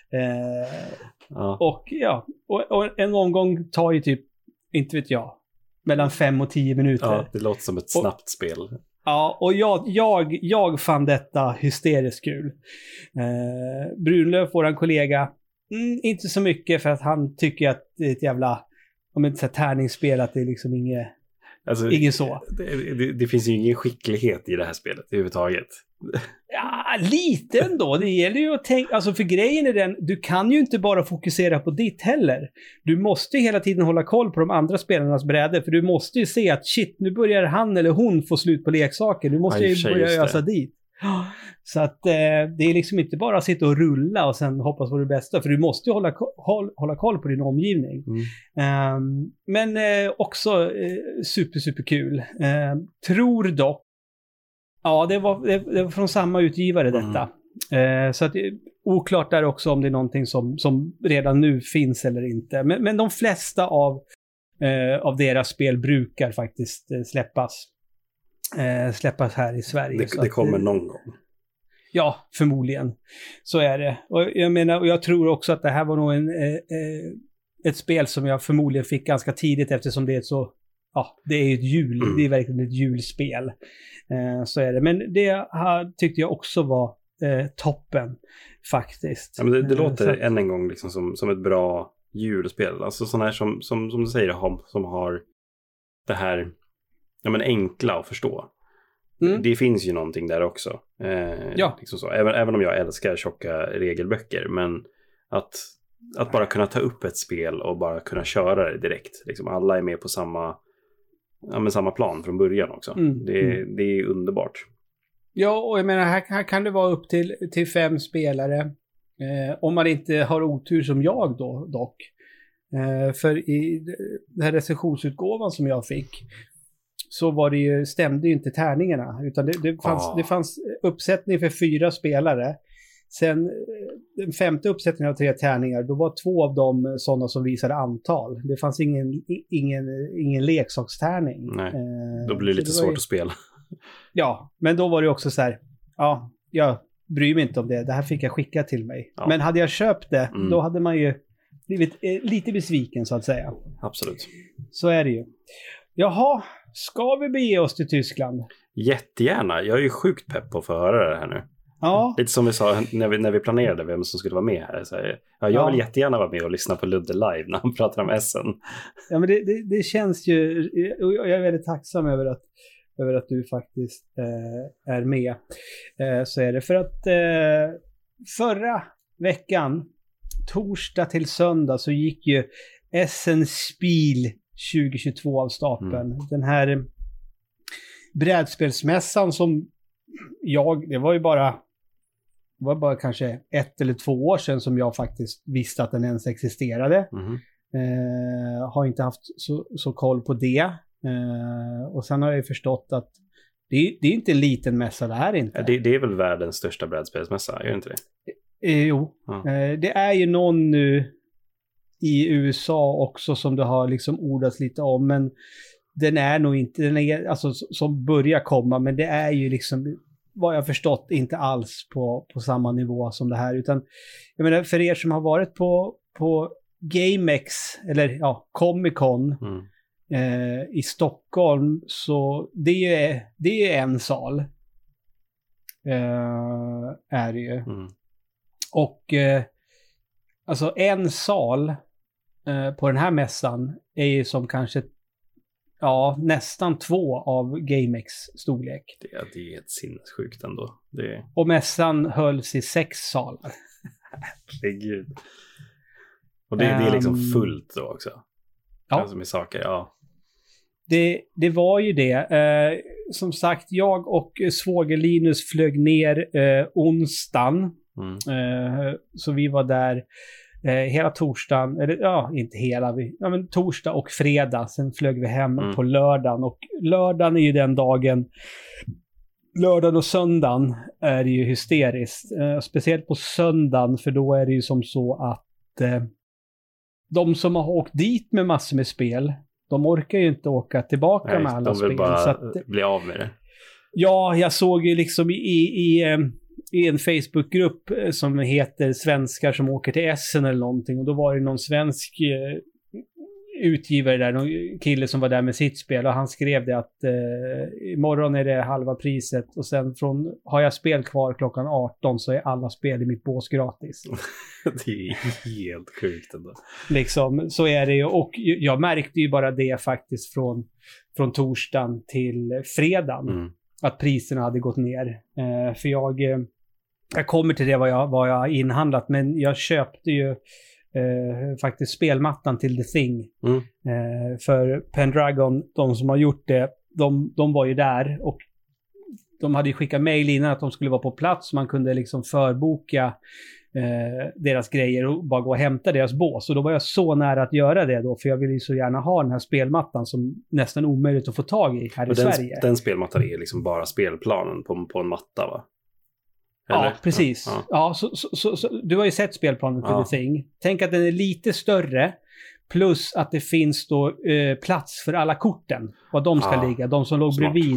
Och en omgång tar ju typ, inte vet jag, mellan 5 och 10 minuter. Ja, det låter som ett snabbt spel. Ja, och jag fann detta hysteriskt kul. Brunlöv, våran kollega, inte så mycket för att han tycker att det är ett jävla, om inte så här tärningsspel, att det är liksom inget så. Det finns ju ingen skicklighet i det här spelet överhuvudtaget. Ja, lite ändå. Det gäller ju att tänka, alltså för grejen är den, du kan ju inte bara fokusera på ditt heller. Du måste ju hela tiden hålla koll på de andra spelarnas brädor, för du måste ju se att shit, nu börjar han eller hon få slut på leksaker. Nu måste jag ju börja ösa dit. Så att det är liksom inte bara att sitta och rulla och sen hoppas på det bästa, för du måste ju hålla koll på din omgivning. Men också super kul. Tror dock, ja, det var från samma utgivare detta. Så att oklart där också om det är någonting som redan nu finns eller inte. Men de flesta av deras spel brukar faktiskt släppas här i Sverige. Det kommer någon gång. Ja, förmodligen. Så är det. Och jag menar, och jag tror också att det här var nog ett spel som jag förmodligen fick ganska tidigt, eftersom det är så, det är ett det är verkligen ett julspel. Så är det. Men det tyckte jag också var toppen faktiskt. Ja, men det låter än en gång liksom som ett bra julspel. Alltså sådana här som du säger, som har det här enkla att förstå. Det finns ju någonting där också. Liksom så. Även om jag älskar tjocka regelböcker, men att bara kunna ta upp ett spel och bara kunna köra det direkt. Liksom alla är med på samma plan från början också. Det är underbart. Ja, och jag menar, här kan det vara upp till 5 spelare. Om man inte har otur som jag då, dock. För i den här recensionsutgåvan som jag fick, så stämde ju inte tärningarna, utan det fanns uppsättning för 4 spelare. Sen den 5:e uppsättningen av 3 tärningar, då var 2 av dem sådana som visade antal. Det fanns ingen leksakstärning. Nej, då blir det lite svårt att spela. Ja, men då var det också så här, jag bryr mig inte om det. Det här fick jag skicka till mig. Ja. Men hade jag köpt det, då hade man ju blivit lite besviken, så att säga. Absolut. Så är det ju. Jaha, ska vi bege oss till Tyskland? Jättegärna. Jag är ju sjukt pepp på att få höra det här nu. Ja. Lite som vi sa när vi planerade vem som skulle vara med här. Så jag vill jättegärna vara med och lyssna på Ludde live när han pratar om Essen. Ja, men det känns ju... Jag är väldigt tacksam över att du faktiskt är med. Så är det. För att förra veckan, torsdag till söndag, så gick ju Essen Spiel 2022 av stapeln. Den här brädspelsmässan som det var bara kanske 1 eller 2 år sedan som jag faktiskt visste att den ens existerade. Har inte haft så koll på det. Och sen har jag ju förstått att det är inte en liten mässa det här inte. Det är väl världens största brädspelsmässa, är det inte det? Jo. Det är ju någon nu i USA också som det har liksom ordats lite om, men den är nog inte, alltså som börjar komma, men det är ju liksom, vad jag förstått, inte alls på samma nivå som det här, utan jag menar, för er som har varit på GameX eller Comic Con i Stockholm, så det är en sal är det ju. Och alltså en sal på den här mässan är ju som kanske nästan 2 av GameX storlek. Det är helt sinnessjukt ändå. Och mässan hölls i 6 salar. Herregud. Och det är liksom fullt då också. Ja. Alltså med saker, Det var ju det. Som sagt, jag och svåger Linus flög ner onsdagen. Så vi var där hela torsdagen, eller inte hela, men torsdag och fredag. Sen flög vi hem på lördagen. Och lördagen är ju den dagen, lördagen och söndagen är det ju hysteriskt. Speciellt på söndagen, för då är det ju som så att de som har åkt dit med massor med spel, de orkar ju inte åka tillbaka med alla spel. De vill bara bli av med det. Ja, jag såg ju liksom i en Facebookgrupp som heter Svenskar som åker till Essen eller någonting, och då var det någon svensk utgivare där, någon kille som var där med sitt spel, och han skrev det att imorgon är det halva priset, och sen har jag spel kvar klockan 18 så är alla spel i mitt bås gratis. Det är helt sjukt ändå. Liksom, så är det ju, och jag märkte ju bara det faktiskt från torsdagen till fredagen, att priserna hade gått ner. För jag kommer till det vad jag har inhandlat, men jag köpte ju faktiskt spelmattan till The Thing. För Pendragon, de som har gjort det, de var ju där, och de hade ju skickat mejl innan att de skulle vara på plats, så man kunde liksom förboka deras grejer och bara gå och hämta deras bås. Och då var jag så nära att göra det då, för jag ville ju så gärna ha den här spelmattan som nästan omöjligt att få tag i här i Sverige. Den spelmattan är liksom bara spelplanen på en matta, va? Eller? Ja, precis. Ja, så du har ju sett spelplanen till The Thing. Tänk att den är lite större, plus att det finns då plats för alla korten, vad de ska ligga. De som låg bredvid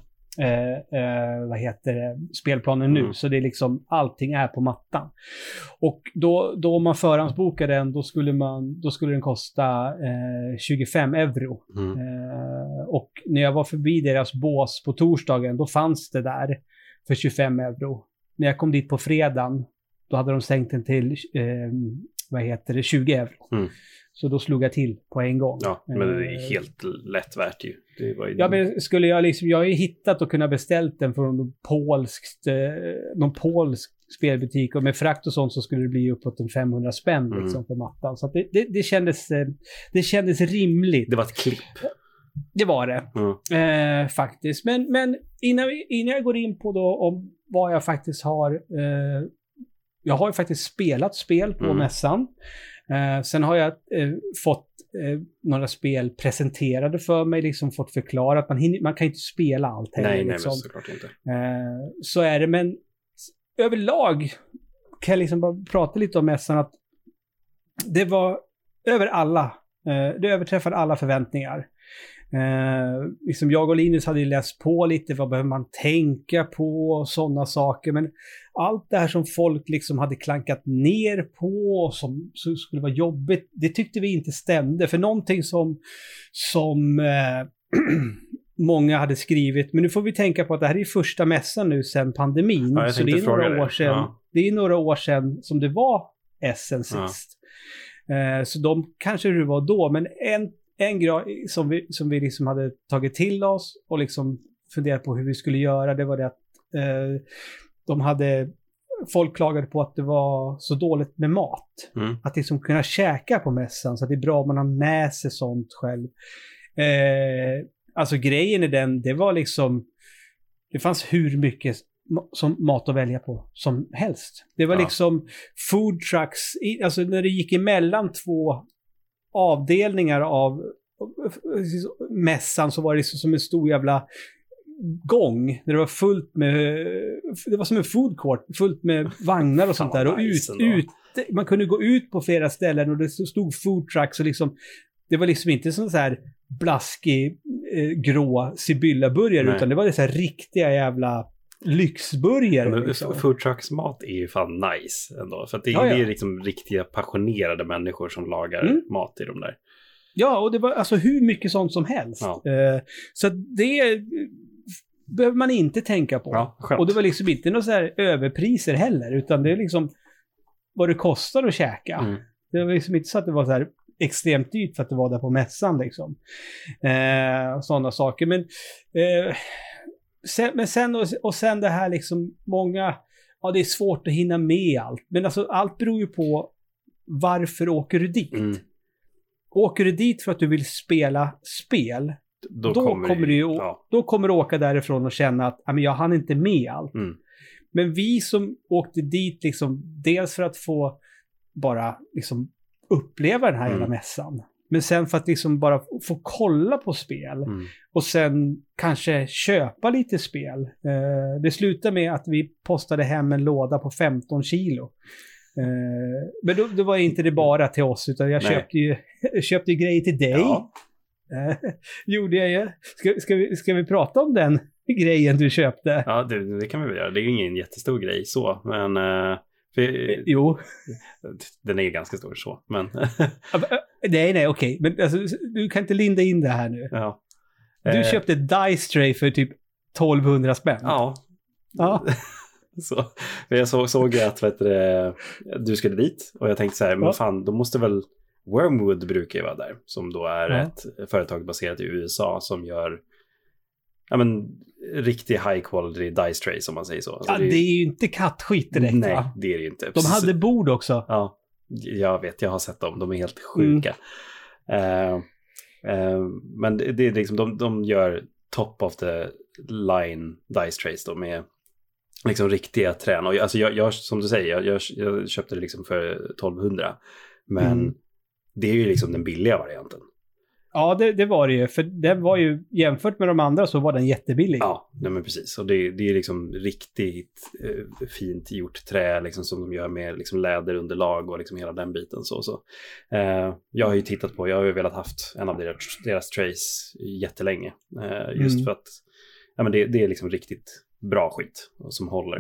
spelplanen nu. Så det är liksom, allting är på mattan. Och då man förhandsbokar den, då skulle den kosta 25 euro. Och när jag var förbi deras bås på torsdagen, då fanns det där för 25 euro. När jag kom dit på fredagen, då hade de sänkt den till 20 euro. Så då slog jag till på en gång. Ja, men det är helt lätt värt ju. Ja, men skulle jag jag har ju hittat och kunnat beställt den från någon polsk spelbutik, och med frakt och sånt så skulle det bli uppåt en 500 spänn liksom för mattan. Så att det kändes rimligt. Det var ett klipp. Det var det. Faktiskt. Men innan jag går in på då om vad jag faktiskt har, jag har ju faktiskt spelat spel på mässan. Sen har jag fått några spel presenterade för mig, liksom fått förklarat. Man kan inte spela allt heller. Nej, liksom. men såklart inte. Så är det, men överlag kan jag liksom bara prata lite om mässan, att det var det överträffade alla förväntningar. Liksom jag och Linus hade ju läst på lite, vad behöver man tänka på och sådana saker, men allt det här som folk liksom hade klankat ner på som skulle vara jobbigt, det tyckte vi inte stämde. För någonting som många hade skrivit, men nu får vi tänka på att det här är första mässan nu sedan pandemin, Ja, så det är några år sedan. Ja. Det är några år sedan som det var Essen sist. Så de kanske det var då, men en grej som vi liksom hade tagit till oss och liksom funderat på hur vi skulle göra, det var det att folk klagade på att det var så dåligt med mat. Att liksom kunna käka på mässan, så att det är bra om man har med sig sånt själv. Alltså grejen är den, det var liksom, det fanns hur mycket som mat att välja på som helst. Det var liksom food trucks, alltså när det gick emellan två avdelningar av mässan, så var det som en stor jävla gång där det var fullt med, det var som en food court fullt med vagnar och sånt där, och man kunde gå ut på flera ställen och det stod food trucks, och liksom det var liksom inte sån så här blaskig grå Sibylla-burgare, utan det var så här riktiga jävla lyxburgare. Liksom. Food trucks mat är ju fan nice ändå, för att det är liksom riktiga passionerade människor som lagar mat i de där. Ja, och det var alltså hur mycket sånt som helst. Så det behöver man inte tänka på. Och det var liksom inte några så här överpriser heller, utan det är liksom vad det kostar att käka. Det var liksom inte så att det var så här extremt dyrt för att det var där på mässan liksom. Sådana saker. Men sen det här liksom, många, det är svårt att hinna med allt. Men alltså allt beror ju på varför åker du dit. Åker du dit för att du vill spela spel, då kommer du åka därifrån och känna att jag hann inte med allt. Men vi som åkte dit liksom, dels för att få bara liksom uppleva den här jävla mässan, men sen för att liksom bara få kolla på spel och sen kanske köpa lite spel. Det slutade med att vi postade hem en låda på 15 kilo. Men då var inte det bara till oss, utan jag köpte ju grejer till dig. Gjorde jag ju. Ska vi prata om den grejen du köpte? Ja, det kan vi väl göra. Det är ju ingen jättestor grej så, men jo. Den är ganska stor så, men nej, okej. Men alltså, du kan inte linda in det här nu. Ja. Du köpte Dice Tray för typ 1200 spänn. Ja. Så jag såg att du skulle dit, och jag tänkte så här, men fan, då måste väl Wormwood brukar ju vara där, som då är ett företag baserat i USA som gör riktig high quality dice tray, som man säger så. Alltså det är ju inte kattskit direkt. Nej, det är det ju inte. De hade bord också. Ja, jag vet, jag har sett dem. De är helt sjuka. Men det är liksom, de gör top of the line dice trays då, med liksom riktiga trän. Och alltså jag som du säger, jag köpte det liksom för 1200. Men det är ju liksom den billiga varianten. Ja, det var det ju. För den var ju, jämfört med de andra så var den jättebillig. Ja, nej men precis. Och det är liksom riktigt fint gjort trä liksom, som de gör med liksom läderunderlag och liksom hela den biten. Så. Jag har ju tittat på, jag har ju velat haft en av deras trays jättelänge. Just för att det är liksom riktigt bra skit som håller.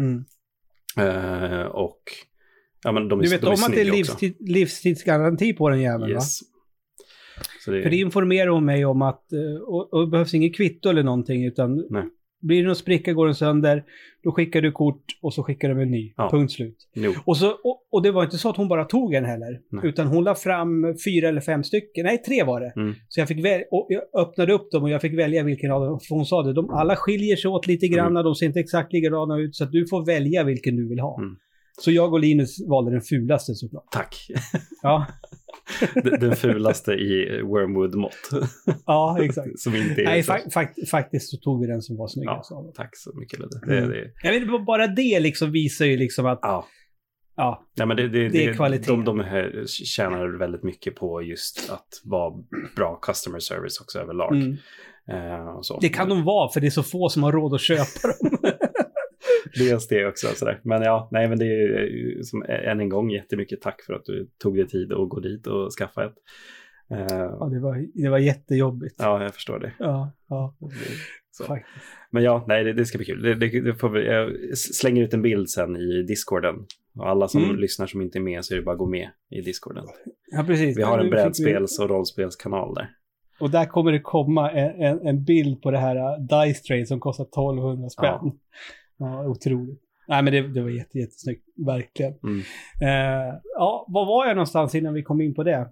Och men de är, du vet om att det är livstidsgaranti på den jäveln, yes. Va? För det informerar om mig om att och det behövs inget kvitto eller någonting, utan blir det någon spricka, går den sönder, då skickar du kort och så skickar de en ny. Punkt slut. Och det var inte så att hon bara tog en heller, utan hon la fram 4 eller 5 stycken, nej 3 var det. Så jag fick och jag öppnade upp dem och jag fick välja vilken av dem, för hon sa det, alla skiljer sig åt lite grann, de ser inte exakt likadana ut, så att du får välja vilken du vill ha. Så jag och Linus valde den fulaste såklart. Tack. Ja. Den fulaste i Wormwood-mått. Ja, exakt. Som inte är nej, faktiskt så tog vi den som var snyggast. Ja, tack så mycket. Jag vet, bara det liksom visar ju liksom att ja, men det är kvalitet. De här tjänar väldigt mycket på just att vara bra customer service också överlag. Så. Det kan de vara, för det är så få som har råd att köpa dem. Dels det också. Sådär. Men men det är som en gång jättemycket tack för att du tog dig tid att gå dit och skaffa ett. Ja, det var jättejobbigt. Ja, jag förstår det. Ja. Så. Men det ska bli kul. Det får vi, jag slänger ut en bild sen i Discorden. Och alla som lyssnar som inte är med, så är det bara att gå med i Discorden. Ja, precis. Vi har en brädspels- och rollspelskanal där. Och där kommer det komma en bild på det här Dice Tray som kostar 1200 spänn. Ja, otroligt. Nej, men det var jättesnyggt. Verkligen. Ja, var var jag någonstans innan vi kom in på det?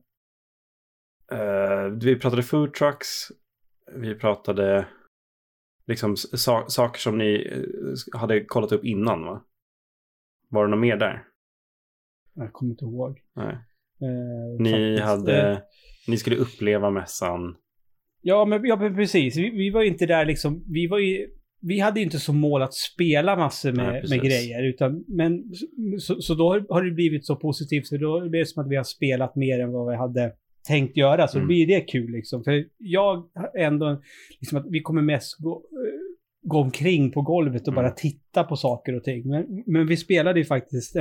Vi pratade food trucks. Vi pratade liksom saker som ni hade kollat upp innan, va? Var det något mer där? Jag kommer inte ihåg. Nej. Faktiskt. Ni skulle uppleva mässan. Ja, men precis. Vi var ju inte där liksom. Vi hade inte som mål att spela massor med grejer. Så då har det blivit så positivt. Så då blir det som att vi har spelat mer än vad vi hade tänkt göra. Så då blir det kul liksom. För jag ändå liksom att vi kommer mest gå omkring på golvet och bara titta på saker och ting. Men vi spelade ju faktiskt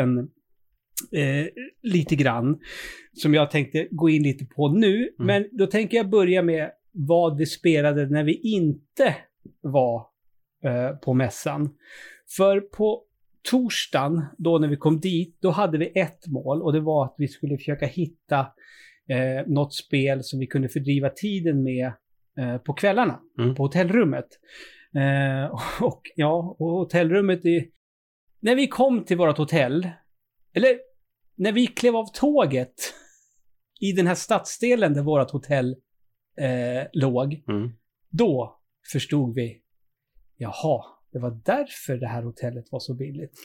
lite grann som jag tänkte gå in lite på nu. Men då tänker jag börja med vad vi spelade när vi inte var på mässan. För på torsdagen, då när vi kom dit, då hade vi ett mål och det var att vi skulle försöka hitta något spel som vi kunde fördriva tiden med på kvällarna på hotellrummet. Och hotellrummet när vi kom till vårt hotell, eller när vi klev av tåget i den här stadsdelen där vårt hotell låg, då förstod vi, jaha, det var därför det här hotellet var så billigt.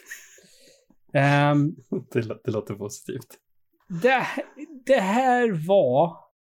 Det låter positivt. Det här var...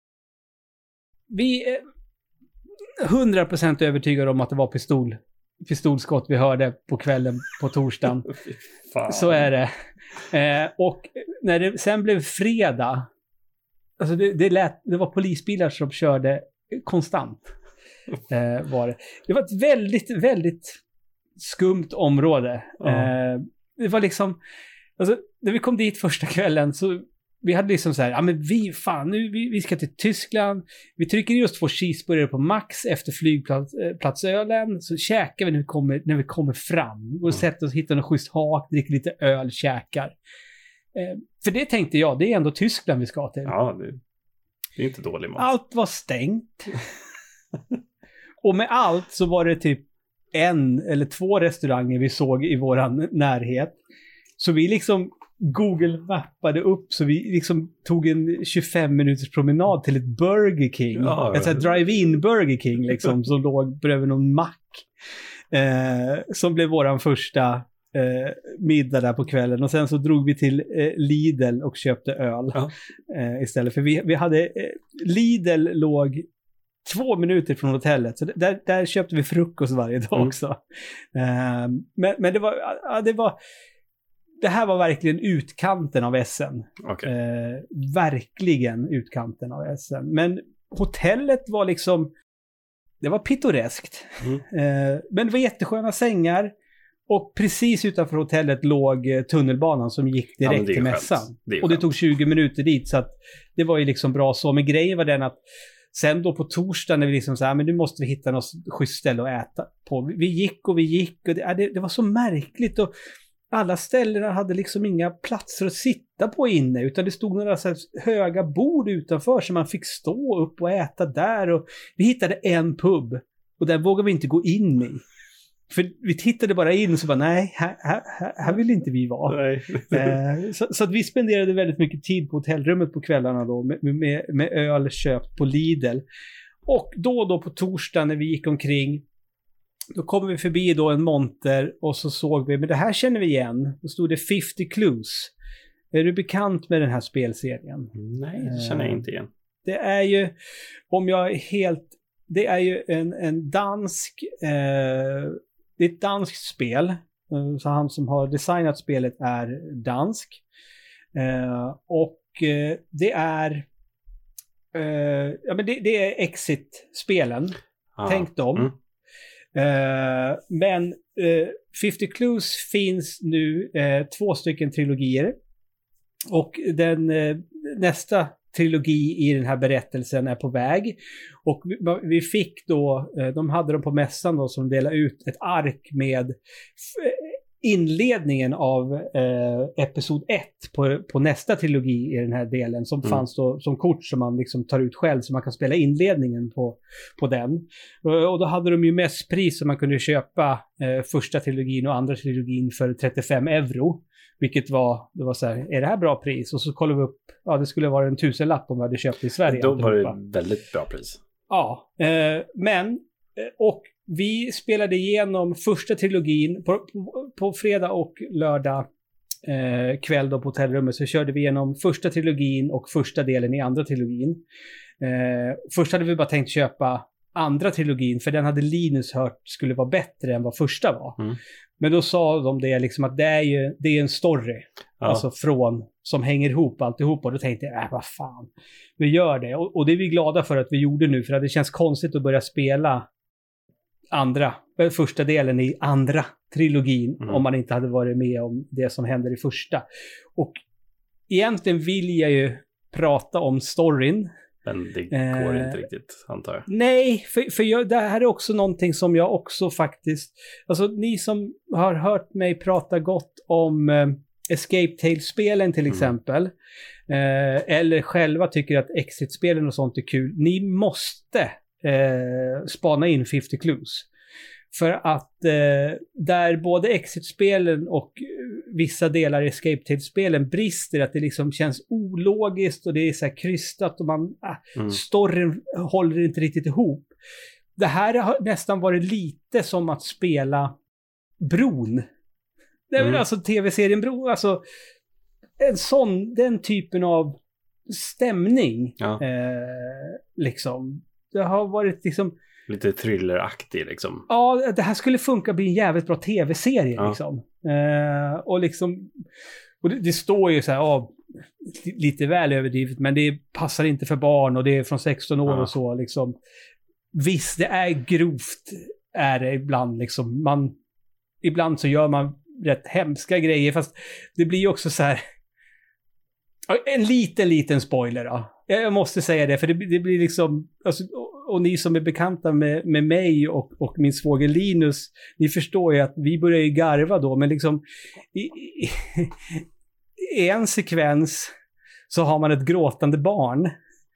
Vi är 100% övertygade om att det var pistolskott vi hörde på kvällen på torsdagen. Så är det. Och när det sen blev fredag, alltså det var polisbilar som körde konstant. Var det. Det var ett väldigt, väldigt skumt område. Det var liksom, alltså, när vi kom dit första kvällen så vi hade liksom så här, ja men vi ska till Tyskland. Vi trycker i oss 2 cheeseburgare på Max efter flygplatsölen. Så käkar vi när vi kommer fram. Och sätter oss, hittar något schysst hak, dricker lite öl, käkar. För det tänkte jag, det är ändå Tyskland vi ska till. Ja, det är inte dålig mat. Allt var stängt. Och med allt så var det typ 1 eller 2 restauranger vi såg i våran närhet. Så vi liksom Google-mappade upp, så vi liksom tog en 25 minuters promenad till ett Burger King. Ett sånt här drive-in Burger King liksom, som låg bredvid någon mack. Som blev våran första middag där på kvällen. Och sen så drog vi till Lidl och köpte öl istället. För vi hade Lidl låg 2 minuter från hotellet. Så där köpte vi frukost varje dag också. Men det här var verkligen utkanten av Essen. Okay. Verkligen utkanten av Essen. Men hotellet var liksom, det var pittoreskt. Men det var jättesköna sängar. Och precis utanför hotellet låg tunnelbanan som gick direkt till mässan. Och det tog 20 minuter dit, så att det var ju liksom bra så. Men grejen var den att sen då på torsdagen när vi liksom sa, men nu måste vi hitta något schysst ställe att äta på. Vi gick och det var så märkligt, och alla ställena hade liksom inga platser att sitta på inne, utan det stod några så här höga bord utanför som man fick stå upp och äta där. Och vi hittade en pub och där vågade vi inte gå in i. För vi tittade bara in och så bara, nej, här vill inte vi vara. Så att vi spenderade väldigt mycket tid på hotellrummet på kvällarna då, med öl köpt på Lidl. Och då på torsdagen när vi gick omkring, då kommer vi förbi då en monter och så såg vi, men det här känner vi igen. Då stod det 50 Clues. Är du bekant med den här spelserien? Nej, det känner jag inte igen. Det är ju, det är ju en dansk, det är ett danskt spel. Så han som har designat spelet är dansk. Och det är det är Exit-spelen. Tänk dem. Men 50 Clues finns nu 2 stycken trilogier. Och nästa trilogi i den här berättelsen är på väg. Och vi fick då, de hade dem på mässan då, som delade ut ett ark med inledningen av episod 1 på nästa trilogi i den här delen som fanns då som kort som man liksom tar ut själv så man kan spela inledningen på den. Och då hade de ju mest pris som man kunde köpa första trilogin och andra trilogin för 35 euro. Vilket det var så här, är det här bra pris? Och så kollade vi upp, det skulle vara en 1000-lapp om vi hade köpt i Sverige. Då var det väldigt bra pris. Ja, och vi spelade igenom första trilogin på fredag och lördag kväll då på hotellrummet så körde vi igenom första trilogin och första delen i andra trilogin. Först hade vi bara tänkt köpa andra trilogin för den hade Linus hört skulle vara bättre än vad första var. Men då sa de det liksom att det är en story. Ja. Alltså som hänger ihop alltihop och då tänkte jag, vad fan, vi gör det. Och det är vi glada för att vi gjorde nu för att det känns konstigt att börja spela första delen i andra trilogin om man inte hade varit med om det som händer i första. Och egentligen vill jag ju prata om storyn. Men det går inte riktigt, antar jag. Nej, för det här är också någonting som jag också faktiskt... Alltså ni som har hört mig prata gott om Escape Tales-spelen till exempel, eller själva tycker att Exit-spelen och sånt är kul, ni måste spana in 50 Clues. För att där både Exit-spelen och vissa delar i Escape Tales-spelen brister, att det liksom känns ologiskt och det är så här krystat och storyn håller inte riktigt ihop. Det här har nästan varit lite som att spela Bron. Det är väl alltså tv-serien Bron, alltså den typen av stämning liksom. Det har varit liksom lite thrilleraktig liksom. Ja, det här skulle funka bli en jävligt bra tv-serie liksom. Och det står ju så här lite väl överdrivet, men det passar inte för barn och det är från 16 år och så liksom. Visst, det är grovt är det ibland liksom. Ibland så gör man rätt hemska grejer, fast det blir ju också så här en liten spoiler då. Jag måste säga det, för det blir liksom alltså, och ni som är bekanta med mig och min svåger Linus, ni förstår ju att vi börjar ju garva då, men liksom i en sekvens så har man ett gråtande barn.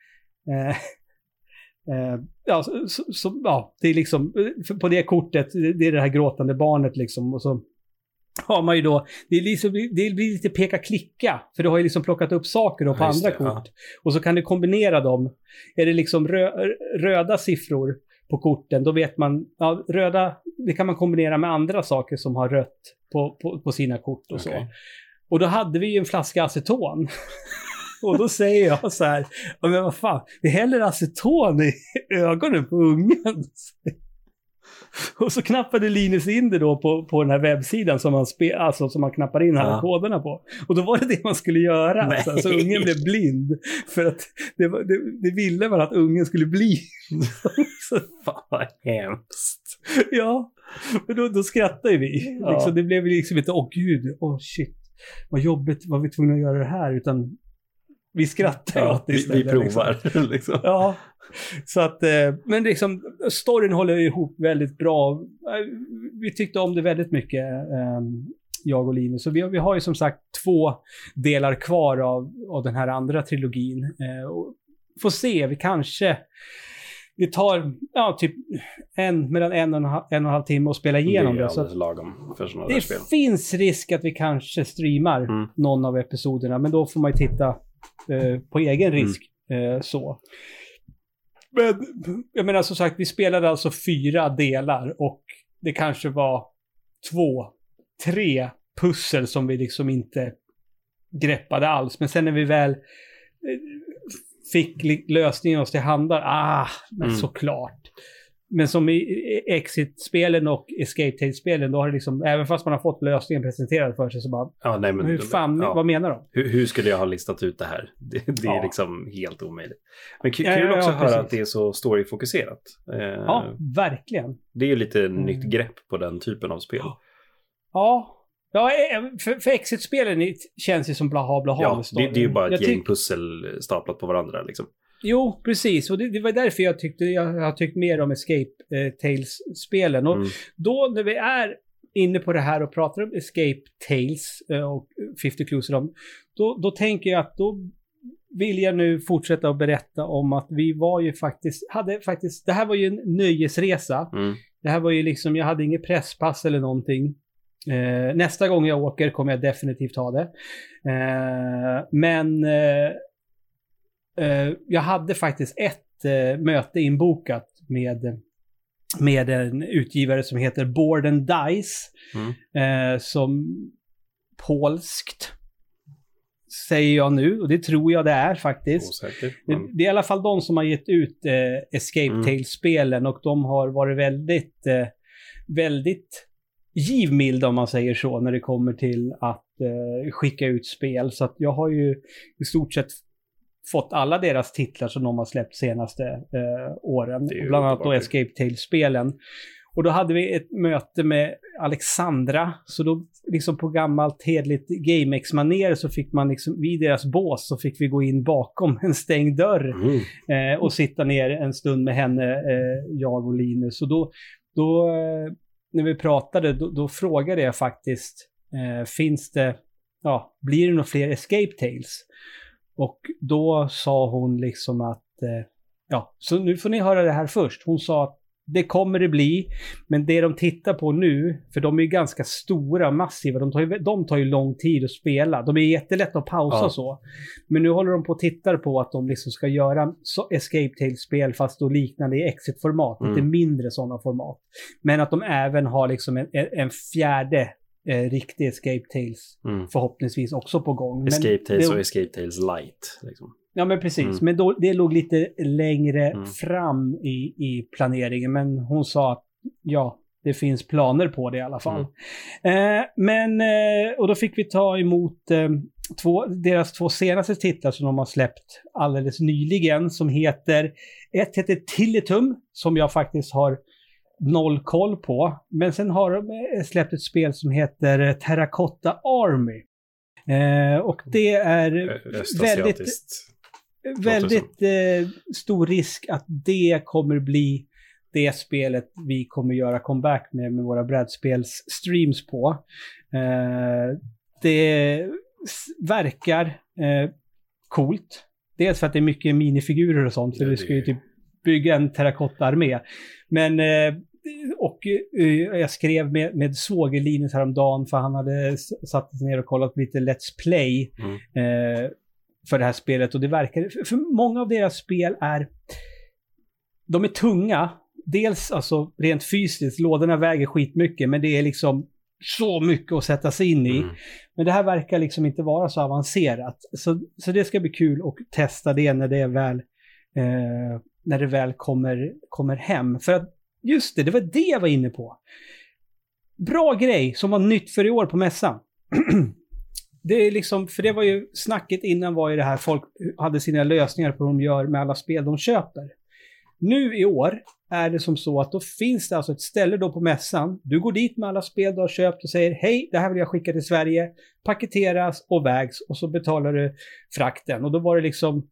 Det är liksom på det kortet, det är det här gråtande barnet liksom, och så har man ju då, det blir lite peka-klicka, för du har ju liksom plockat upp saker då på andra kort. Och så kan du kombinera dem. Är det liksom röda siffror på korten, då vet man, röda, det kan man kombinera med andra saker som har rött på sina kort och så. Och då hade vi ju en flaska aceton. Och då säger jag så här, men vad fan, det häller aceton i ögonen på ungen. Och så knappade Linus in det då på den här webbsidan som man knappar in alla koderna på. Och då var det man skulle göra. Så ungen blev blind. För att det ville man att ungen skulle bli. Fan vad hemskt. Ja, och då skrattade vi. Ja. Liksom, det blev liksom inte, gud, shit. Vad jobbigt, var vi tvungna att göra det här? Utan vi skrattar åt det istället. Vi provar. Liksom. Ja. Så att, men liksom storyn håller ihop väldigt bra. Vi tyckte om det väldigt mycket, jag och Linus. Så vi har ju som sagt 2 delar kvar av den här andra trilogin. Och får se, vi tar typ mellan en och en halv timme och spela igenom det. Så lagom för sådana det spel. Finns risk att vi kanske streamar någon av episoderna, men då får man ju titta på egen risk. Så. Men jag menar som sagt, vi spelade alltså 4 delar och det kanske var 2-3 pussel som vi liksom inte greppade alls. Men sen när vi väl fick lösningen oss till handa, men såklart. Men som i Exit-spelen och Escape Tales-spelen, då har det liksom, även fast man har fått lösningen presenterad för sig, så bara, hur fan, vad menar de? Hur skulle jag ha listat ut det här? Det är liksom helt omöjligt. Men kul också att höra att det är så storyfokuserat. Ja, verkligen. Det är ju lite nytt grepp på den typen av spel. Ja, för Exit-spelen känns ju som blaha. Ja, det är ju bara ett gäng pussel staplat på varandra liksom. Jo, precis. Och det var därför jag har tyckt mer om Escape Tales-spelen. Och då när vi är inne på det här och pratar om Escape Tales och 50 Clues, då tänker jag att då vill jag nu fortsätta att berätta om att vi var ju hade faktiskt, det här var ju en nöjesresa. Det här var ju liksom, jag hade inget presspass eller någonting. Nästa gång jag åker kommer jag definitivt ha det. Men jag hade faktiskt ett möte inbokat med en utgivare som heter Board and Dice. Som polskt säger jag nu, och det tror jag det är faktiskt. Osäker. Det är i alla fall de som har gett ut Escape Tales-spelen, och de har varit väldigt givmilda, om man säger så, när det kommer till att skicka ut spel. Så att jag har ju i stort sett fått alla deras titlar som de har släppt senaste åren. Bland annat då Escape Tales-spelen. Och då hade vi ett möte med Alexandra, så då liksom på gammalt hedligt GameX-manér så fick man liksom, vid deras bås så fick vi gå in bakom en stängd dörr och sitta ner en stund med henne, jag och Linus. Och då när vi pratade, då frågade jag faktiskt, blir det några fler Escape Tales? Och då sa hon liksom att, så nu får ni höra det här först. Hon sa att det kommer det bli, men det de tittar på nu, för de är ju ganska stora, massiva, de tar ju lång tid att spela. De är jättelätta att pausa så. Men nu håller de på att titta på att de liksom ska göra Escape Tales-spel fast då liknande i exit-format, lite mindre sådana format. Men att de även har liksom en fjärde riktig Escape Tales förhoppningsvis också på gång. Escape Tales och Escape Tales Light liksom. Ja, men precis. Men då, det låg lite längre fram i planeringen. Men hon sa att det finns planer på det i alla fall. Och då fick vi ta emot deras två senaste titlar som de har släppt alldeles nyligen. Som heter Tilitum, som jag faktiskt har noll koll på. Men sen har de släppt ett spel som heter Terracotta Army. Och det är väldigt stor risk att det kommer bli det spelet vi kommer göra comeback med våra brädspels-streams på. Det verkar coolt. Dels för att det är mycket minifigurer och sånt, så vi ska ju typ bygga en terrakotta-armé. Men jag skrev med svåger Linus häromdagen, för han hade satt sig ner och kollat lite Let's Play för det här spelet, och det verkar, för många av deras spel de är tunga, dels alltså rent fysiskt, lådorna väger skitmycket, men det är liksom så mycket att sätta sig in i. Men det här verkar liksom inte vara så avancerat, så det ska bli kul att testa det när det väl kommer hem. För att just det var det jag var inne på. Bra grej som var nytt för i år på mässan. Det är liksom, för det var ju snacket innan, var ju det här, folk hade sina lösningar på vad de gör med alla spel de köper. Nu i år är det som så att då finns det alltså ett ställe då på mässan. Du går dit med alla spel du har köpt och säger hej, det här vill jag skicka till Sverige. Paketeras och vägs, och så betalar du frakten. Och då var det liksom,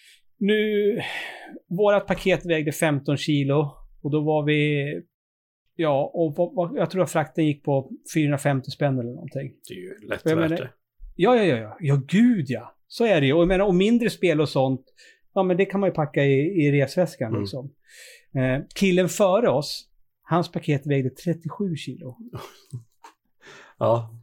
vårat paket vägde 15 kilo. Och då var vi, jag tror att frakten gick på 450 spänn eller någonting. Det är ju lätt värt det. Ja, gud ja. Så är det ju. Och mindre spel och sånt, men det kan man ju packa i resväskan liksom. Killen före oss, hans paket vägde 37 kilo. Ja.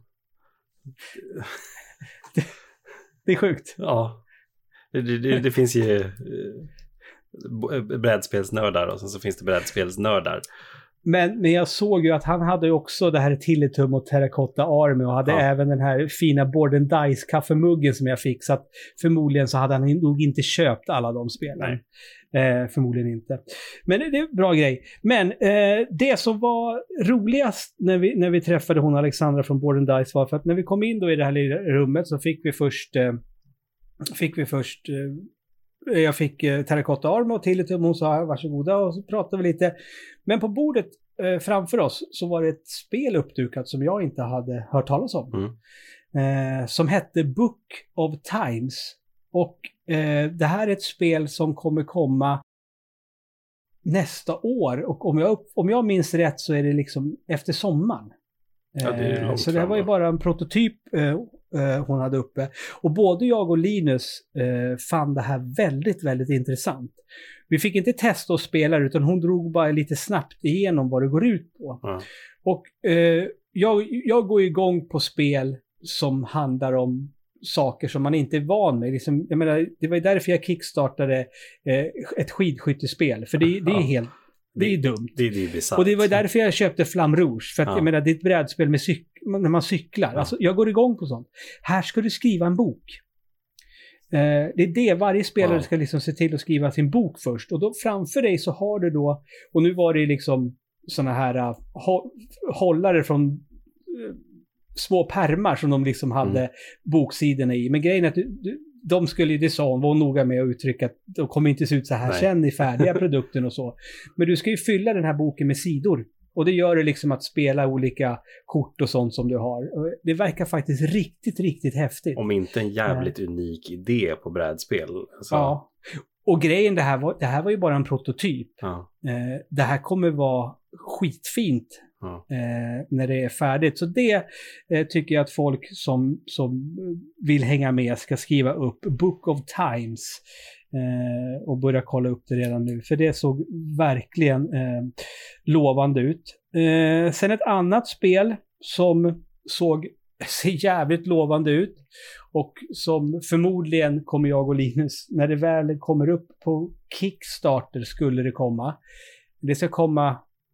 Det är sjukt. Ja. Det finns ju brädspelsnördar, och sen så finns det brädspelsnördar. Men jag såg ju att han hade ju också det här Tilitum och Terracotta Army, och hade även den här fina Board and Dice kaffemuggen som jag fick, så att förmodligen så hade han nog inte köpt alla de spelen. Förmodligen inte. Men det är bra grej. Men det som var roligast när vi träffade hon Alexandra från Board and Dice var för att när vi kom in då i det här lilla rummet så fick vi först jag fick Terracotta Army och Tilitum, hon sa varsågoda, och så pratade vi lite. Men på bordet framför oss så var det ett spel uppdukat som jag inte hade hört talas om. Som hette Book of Times. Och det här är ett spel som kommer komma nästa år. Och om jag minns rätt så är det liksom efter sommaren. Ja, det är långt så det här var ju fram, bara en prototyp hon hade uppe. Och både jag och Linus fann det här väldigt, väldigt intressant. Vi fick inte testa och spela utan hon drog bara lite snabbt igenom vad det går ut på. Ja. Och jag går igång på spel som handlar om saker som man inte är van med. Liksom, jag menar, det var därför jag kickstartade ett skidskyttespel. För det är helt... Det är dumt. Det är bisarrt. Och det var därför jag köpte Flamme Rouge. För att jag menar, det är ett brädspel med när man cyklar. Alltså, jag går igång på sånt. Här ska du skriva en bok. Det är det. Varje spelare ska liksom se till att skriva sin bok först. Och då framför dig så har du då... Och nu var det liksom såna här hållare från små pärmar som de liksom hade boksidorna i. Men grejen är att de skulle, det sa hon, var noga med att uttrycka att de kommer inte se ut så här sen i färdiga produkten och så. Men du ska ju fylla den här boken med sidor. Och det gör det liksom att spela olika kort och sånt som du har. Det verkar faktiskt riktigt, riktigt häftigt. Om inte en jävligt unik idé på brädspel. Alltså. Ja. Och grejen, det här var ju bara en prototyp. Ja. Det här kommer vara skitfint när det är färdigt. Så det tycker jag att folk som vill hänga med ska skriva upp Book of Times och börja kolla upp det redan nu. För det såg verkligen lovande ut. Sen ett annat spel som ser jävligt lovande ut och som förmodligen kommer jag och Linus, när det väl kommer upp på Kickstarter skulle det komma. Det ska komma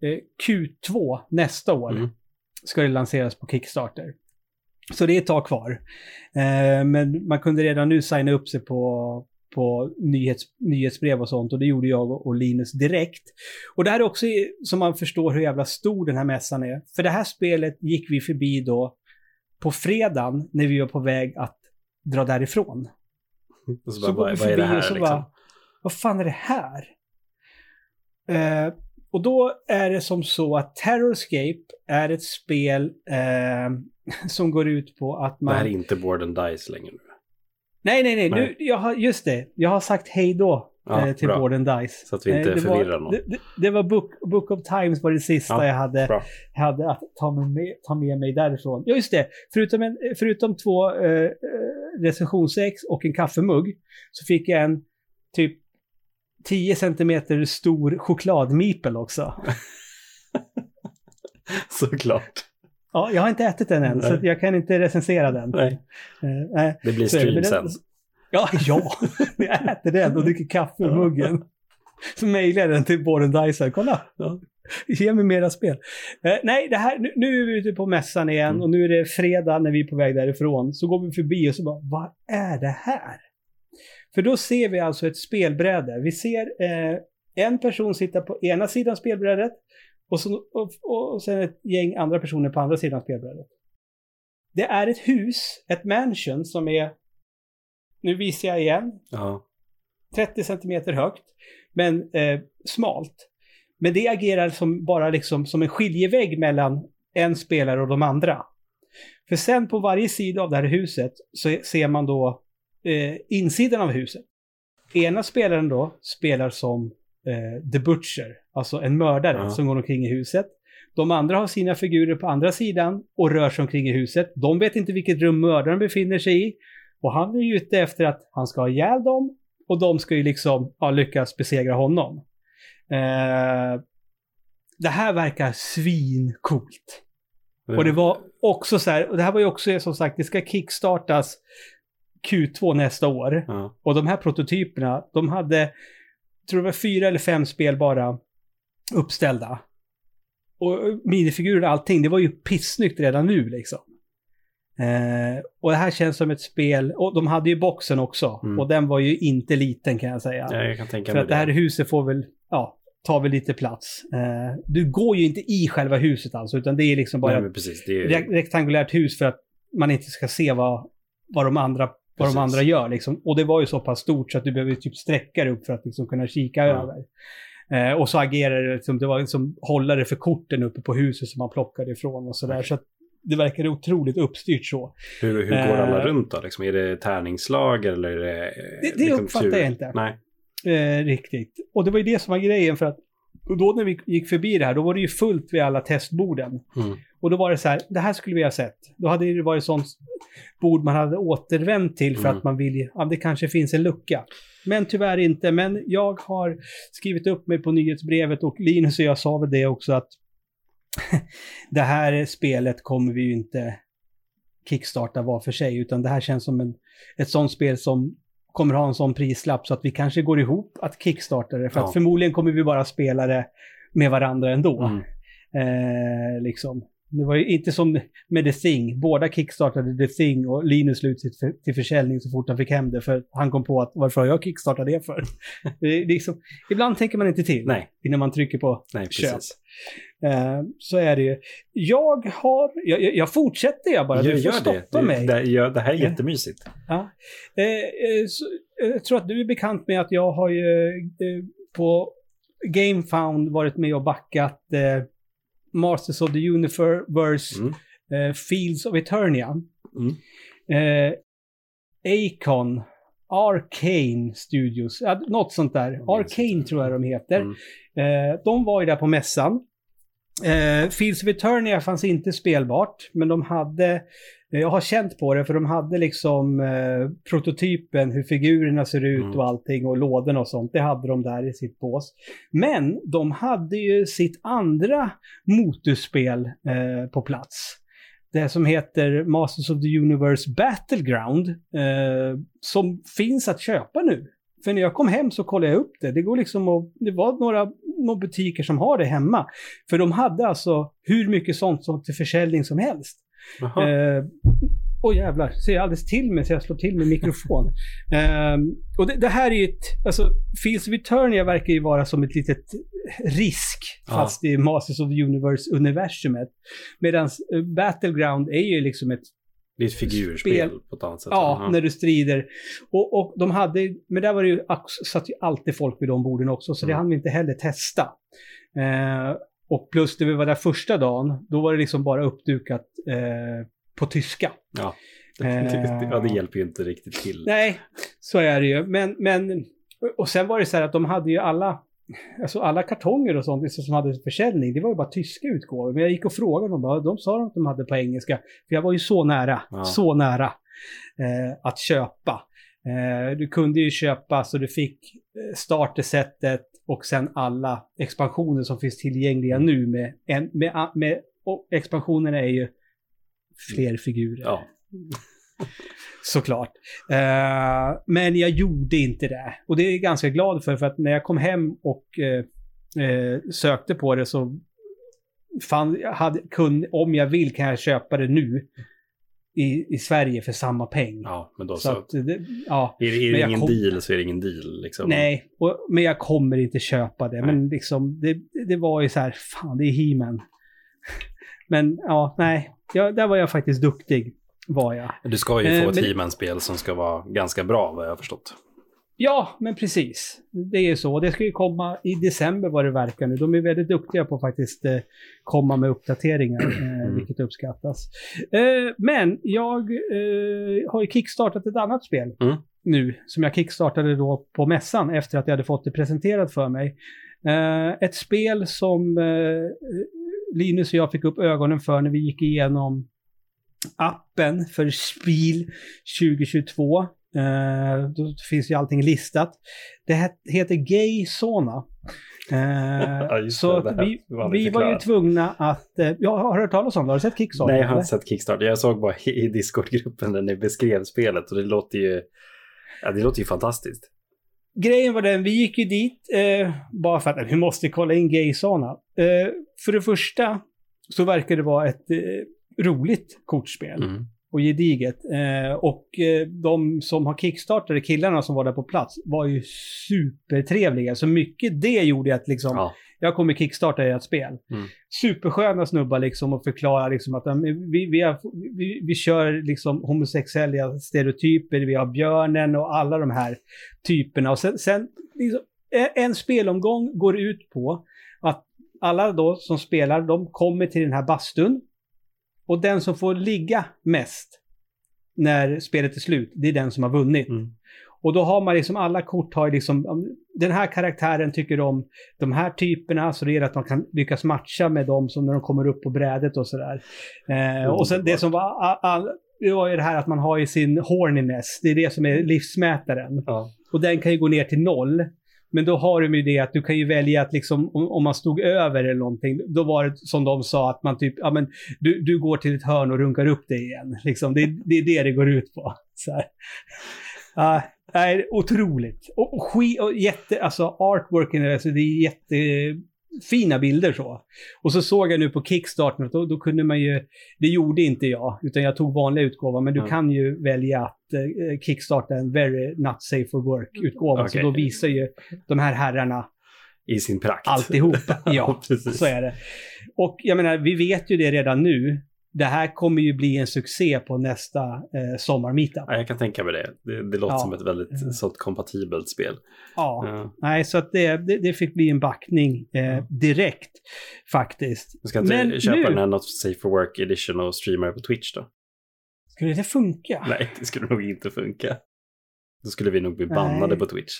Q2 nästa år ska det lanseras på Kickstarter. Så det är ett tag kvar. Men man kunde redan nu signa upp sig på nyhetsbrev och sånt, och det gjorde jag och Linus direkt. Och det här är också, som man förstår hur jävla stor den här mässan är. För det här spelet gick vi förbi då på fredagen när vi var på väg att dra därifrån. Så bara, vad är det här liksom? Bara, vad fan är det här? Och då är det som så att Terrorscape är ett spel som går ut på att man... Det här är inte Board and Dice längre nu. Nej. Nu, just det. Jag har sagt hej då till bra. Board and Dice. Så att vi inte förvirrar någon. Det var Book of Times var det sista jag hade att ta med mig därifrån. Ja, just det. Förutom 2 recensionsex och en kaffemugg så fick jag en typ 10 centimeter stor chokladmipel också. Såklart. Ja, jag har inte ätit den än, så jag kan inte recensera den. Nej. Det blir stream sen. Ja, jag äter den och dricker kaffe ur muggen. Så mejlar jag den till Board and Dice. Kolla, ge mig mera spel. Nej, det här, nu är vi ute på mässan igen och nu är det fredag när vi är på väg därifrån. Så går vi förbi och så bara, vad är det här? För då ser vi alltså ett spelbräde. Vi ser en person sitta på ena sidan spelbrädet och sen ett gäng andra personer på andra sidan spelbrädet. Det är ett hus, ett mansion som är, nu visar jag igen, 30 centimeter högt, men smalt. Men det agerar som bara liksom som en skiljevägg mellan en spelare och de andra. För sen på varje sida av det här huset så ser man då insidan av huset. Ena spelaren då spelar som The Butcher, alltså en mördare som går omkring i huset. De andra har sina figurer på andra sidan och rör sig omkring i huset. De vet inte vilket rum mördaren befinner sig i. Och han är ju ute efter att han ska ha ihjäl dem. Och de ska ju liksom lyckas besegra honom. Det här verkar svincoolt. Och det var också så här, och det här var ju också som sagt, det ska kickstartas Q2 nästa år. Och de här prototyperna, de hade, tror det var 4 eller 5 spel bara uppställda. Och minifigurer och allting, det var ju pissnyggt redan nu liksom. Och det här känns som ett spel, och de hade ju boxen också. Och den var ju inte liten kan jag säga. Ja, jag kan tänka för mig att det här huset får väl, tar väl lite plats. Du går ju inte i själva huset alltså, utan det är liksom bara precis, ett rektangulärt hus för att man inte ska se vad de andra gör liksom. Och det var ju så pass stort så att du behöver typ sträcka dig upp för att liksom kunna kika över. Och så agerar det liksom, det var liksom hållare för korten uppe på huset som man plockade ifrån och sådär. Så att det verkar otroligt uppstyrt så. Hur går alla runt då? Liksom, är det tärningslag eller är det liksom uppfattar jag inte. Nej. Riktigt. Och det var ju det som var grejen, för att Och då när vi gick förbi det här, då var det ju fullt vid alla testborden. Och då var det så här, det här skulle vi ha sett. Då hade det varit sånt bord man hade återvänt till för att man vill, ja, det kanske finns en lucka. Men tyvärr inte. Men jag har skrivit upp mig på nyhetsbrevet och Linus och jag sa väl det också att det här spelet kommer vi ju inte kickstarta var för sig, utan det här känns som ett sånt spel som kommer ha en sån prislapp så att vi kanske går ihop att kickstarta det. För att förmodligen kommer vi bara spela det med varandra ändå. Liksom. Det var ju inte som med The Thing. Båda kickstartade The Thing och Linus slut till försäljning så fort han fick hem det. För han kom på att varför har jag kickstartat det för? Det är liksom, ibland tänker man inte till. Nej. Innan man trycker på köp. Så är det ju. Jag fortsätter bara. Du får stoppa mig. Det här är jättemysigt. Ja. Jag tror att du är bekant med att jag har ju på GameFound varit med och backat Masters of the Universe, Fields of Eternia. Acon, Arcane Studios, något sånt där. Arcane tror jag de heter. De var ju där på mässan. Fields of Eternia fanns inte spelbart, men de hade, jag har känt på det för de hade liksom prototypen, hur figurerna ser ut och allting och lådorna och sånt, det hade de där i sitt bås. Men de hade ju sitt andra motorspel på plats. Det som heter Masters of the Universe Battleground, som finns att köpa nu. För när jag kom hem så kollade jag upp det. Det går liksom det var några butiker som har det hemma. För de hade alltså hur mycket sånt som till försäljning som helst. Jävlar, ser jag alldeles till mig så jag slår till med mikrofon. Och det här är ju alltså Fields of Eternia verkar ju vara som ett litet risk fast i Masters of the Universe-universumet. Medan Battleground är ju liksom ett figurspel på ett annat sätt. Ja, när du strider. Och de hade, men där var det ju, satt ju alltid folk vid de borden också, så det hann vi inte heller testa. Och plus det vi var där första dagen, då var det liksom bara uppdukat på tyska. Ja, det hjälper ju inte riktigt till. Nej, så är det ju. Men och sen var det så här att de hade ju alla kartonger och sånt som hade försäljning, det var ju bara tyska utgåvor. Men jag gick och frågade dem, de sa att de hade på engelska. För jag var ju så nära att köpa. Du kunde ju köpa så du fick startersättet och sen alla expansioner som finns tillgängliga nu med och expansionerna är ju fler figurer. Ja. Såklart. Men jag gjorde inte det. Och det är jag ganska glad för att när jag kom hem och sökte på det så om jag vill kan jag köpa det nu i Sverige för samma peng. Ja, men då så att, är det ingen deal så är det ingen deal liksom. Nej, men jag kommer inte köpa det. Nej. Men liksom, det var ju så här, fan, det är He-Man. Men där var jag faktiskt duktig. Var jag. Du ska ju få ett He-Man-spel som ska vara ganska bra, vad jag har förstått. Ja, men precis. Det är ju så. Det ska ju komma i december vad det verkar nu. De är väldigt duktiga på att faktiskt komma med uppdateringar, vilket uppskattas. Men jag har ju kickstartat ett annat spel nu, som jag kickstartade då på mässan efter att jag hade fått det presenterat för mig. Ett spel som Linus och jag fick upp ögonen för när vi gick igenom appen för Spiel 2022. Då finns ju allting listat. Det heter Gayzona. Så vi var ju tvungna att... jag har hört talas om det. Har du sett Kickstarter? Nej, jag har inte sett Kickstarter. Jag såg bara i Discord-gruppen när ni beskrev spelet och det låter ju fantastiskt. Grejen var den, vi gick ju dit bara för att vi måste kolla in Gayzona. För det första så verkar det vara ett roligt kortspel. Och gediget. Och de som har kickstartade, killarna som var där på plats, var ju supertrevliga. Så mycket det gjorde att liksom, jag kommer kickstarta ert spel. Supersköna snubbar liksom och förklara liksom att vi kör liksom homosexuella stereotyper, vi har björnen och alla de här typerna. Och sen liksom, en spelomgång går ut på att alla då som spelar, de kommer till den här bastun. Och den som får ligga mest när spelet är slut, det är den som har vunnit. Och då har man liksom, alla kort har liksom, den här karaktären tycker om de här typerna, så det är att man kan lyckas matcha med dem som när de kommer upp på brädet och sådär. Och sen det som det var ju det här att man har ju sin horniness, det är det som är livsmätaren. Ja. Och den kan ju gå ner till 0. Men då har de ju det att du kan ju välja att liksom, om man stod över eller någonting, då var det som de sa att man typ, ja men du går till ett hörn och runkar upp det igen. Liksom, det är det går ut på. Så här. Otroligt. Och alltså artworken, alltså det är jättefina bilder så. Och så såg jag nu på Kickstarter, då kunde man ju, det gjorde inte jag, utan jag tog vanliga utgåvan, men du kan ju välja att kickstarta en very not safe for work-utgåva. Okay. Så då visar ju de här herrarna i sin prakt. Alltihopa. Ja, så är det. Och jag menar, vi vet ju det redan nu. Det här kommer ju bli en succé på nästa sommarmeetup. Ja, jag kan tänka mig det. Det låter som ett väldigt sånt kompatibelt spel. Ja. Nej, så att det fick bli en backning direkt faktiskt. Du ska inte köpa den här Not Safe for Work edition och streama på Twitch då? Skulle det funka? Nej, det skulle nog inte funka. Då skulle vi nog bli bannade på Twitch.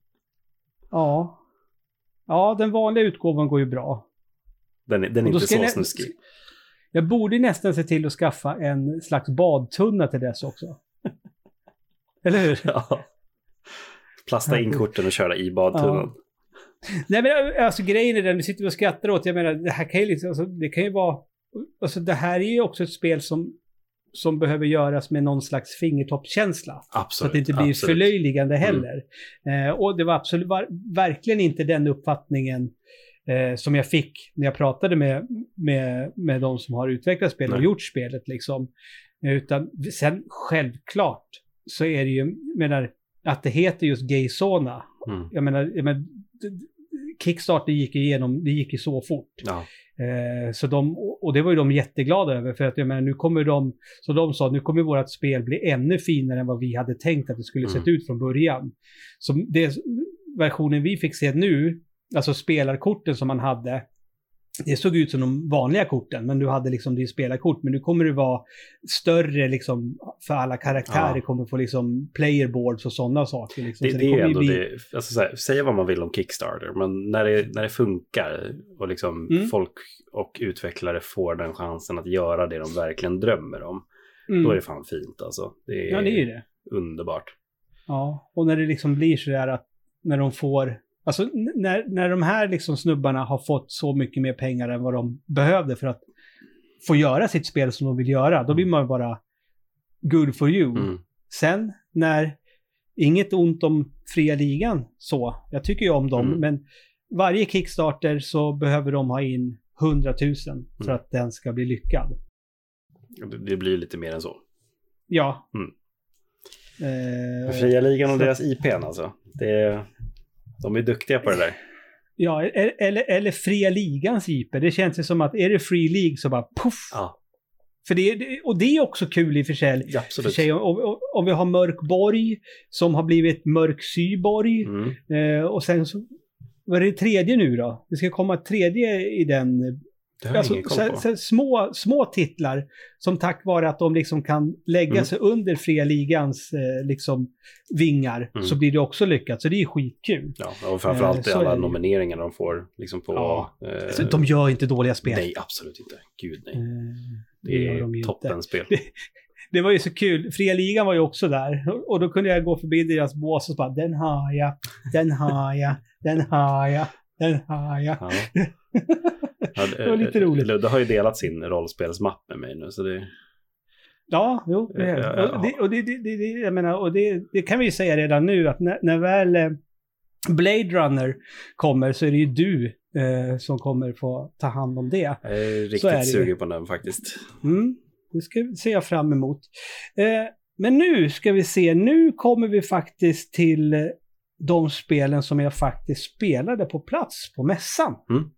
Ja. Ja, den vanliga utgåvan går ju bra. Den är inte så snuskig. Jag borde nästan se till att skaffa en slags badtunna till dess också. Eller hur? Ja. Plasta in korten och köra i badtunnan. Ja. Nej, men alltså grejen är den, vi sitter och skrattar åt, jag menar, det här kan ju liksom, alltså, det kan ju vara, alltså det här är ju också ett spel som behöver göras med någon slags fingertoppskänsla. Absolut. Så att det inte blir förlöjligande heller. Och det var absolut verkligen inte den uppfattningen som jag fick när jag pratade med de som har utvecklat spelet och gjort spelet liksom. Utan sen självklart så är det ju, menar, att det heter just Gayzona. Jag menar Kickstarter det gick ju så fort. Ja. Så och det var ju de jätteglada över, för att jag menar, nu kommer så de sa, nu kommer vårt spel bli ännu finare än vad vi hade tänkt att det skulle sett ut från början. Så det versionen vi fick se nu, alltså spelarkorten som man hade, det såg ut som de vanliga korten, men du hade liksom din spelarkort, men nu kommer det vara större liksom, för alla karaktärer kommer få liksom playerboards och sådana saker liksom. Det är ändå det, alltså säga vad man vill om Kickstarter, men när det funkar och liksom folk och utvecklare får den chansen att göra det de verkligen drömmer om, då är det fan fint alltså. Det är det. Underbart. Ja, och när det liksom blir så där att när de får, alltså när de här liksom snubbarna har fått så mycket mer pengar än vad de behövde för att få göra sitt spel som de vill göra, då blir man bara good for you. Sen när, inget ont om fria ligan så, jag tycker ju om dem, men varje Kickstarter så behöver de ha in 100 000 för att den ska bli lyckad. Det blir lite mer än så. Ja. Fria ligan och deras IPn alltså. De är duktiga på det där. Ja, eller fria ligans IP. Det känns ju som att är det Free League så bara puff. Ja. För det är också kul i och för sig. Ja, absolut. För sig om vi har Mörkborg som har blivit Mörk Syborg. Och sen så, vad är det tredje nu då? Det ska komma ett tredje i den. Det har jag ingen koll på. Så små titlar som tack vare att de liksom kan lägga sig under fria ligans liksom vingar så blir det också lyckat. Så det är skitkul. Ja, och framförallt alla nomineringar de får liksom på... Ja. De gör inte dåliga spel. Nej, absolut inte. Gud, nej. Det är toppenspel. Det var ju så kul. Fria ligan var ju också där. Och då kunde jag gå förbi deras bås och bara, den har jag. Ja. Det var lite roligt. Ludde har ju delat sin rollspelsmapp med mig nu, så det... Ja, jo. Jag menar, och det kan vi ju säga redan nu, att när väl Blade Runner kommer så är det ju du som kommer få ta hand om det. Jag är riktigt sugen på den faktiskt. Det ser jag fram emot. Men nu ska vi se, nu kommer vi faktiskt till de spelen som jag faktiskt spelade på plats på mässan.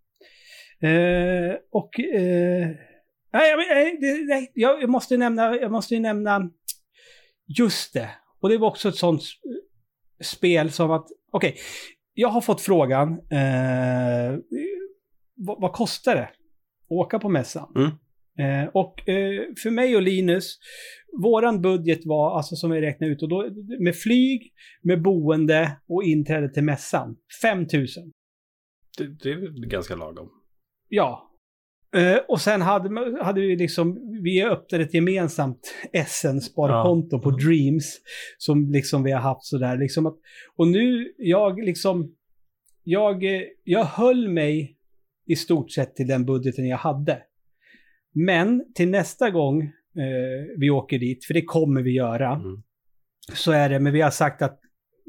Jag måste nämna just det. Och det var också ett sånt spel som att, okej, jag har fått frågan, vad kostar det att åka på mässan? Och för mig och Linus, våran budget var, alltså som vi räknade ut, och då, med flyg, med boende och inträde till mässan, 5 000. Det är ganska lagom. Ja. Och sen hade vi liksom, vi öppnade ett gemensamt SN-sparkonto på Dreams som liksom vi har haft sådär liksom att, och nu jag höll mig i stort sett till den budgeten jag hade. Men till nästa gång vi åker dit, för det kommer vi göra, så är det, men vi har sagt att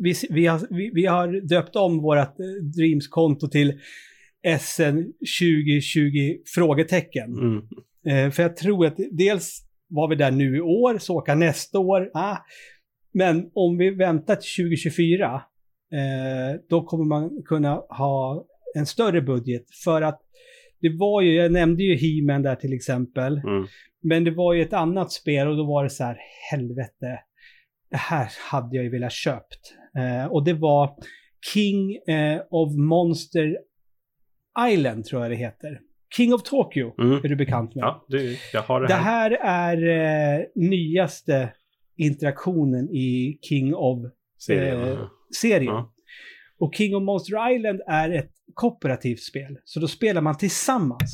vi har döpt om vårat Dreams-konto till SN 2020 frågetecken. För jag tror att dels var vi där nu i år, så åka nästa år. Men om vi väntar till 2024, då kommer man kunna ha en större budget. För att det var ju, jag nämnde ju He-Man där till exempel. Men det var ju ett annat spel och då var det så här, helvete, det här hade jag ju velat köpt. Och det var King of Monster Island, tror jag det heter. King of Tokyo är du bekant med. Ja, jag har det här. Det här är nyaste interaktionen i King of serien. Ja. Och King of Monster Island är ett kooperativt spel. Så då spelar man tillsammans.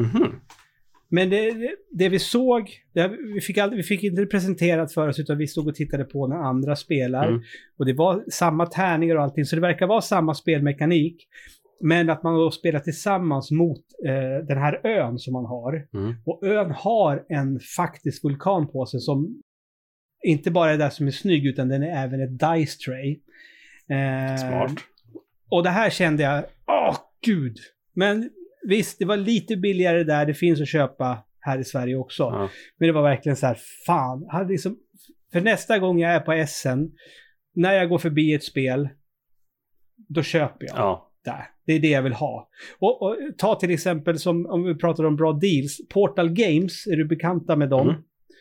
Men det vi såg, vi fick inte presenterat för oss, utan vi stod och tittade på när andra spelar. Och det var samma tärningar och allting, så det verkar vara samma spelmekanik. Men att man då spelar tillsammans mot den här ön som man har. Och ön har en faktisk vulkan på sig som inte bara är där som är snygg, utan den är även ett dice tray. Smart. Och det här kände jag, gud. Men visst, det var lite billigare där. Det finns att köpa här i Sverige också. Ja. Men det var verkligen så här, fan. Hade liksom, för nästa gång jag är på SN, när jag går förbi ett spel, då köper jag. Ja. Där. Det är det jag vill ha. Och ta till exempel, som om vi pratar om bra deals, Portal Games, är du bekanta med dem?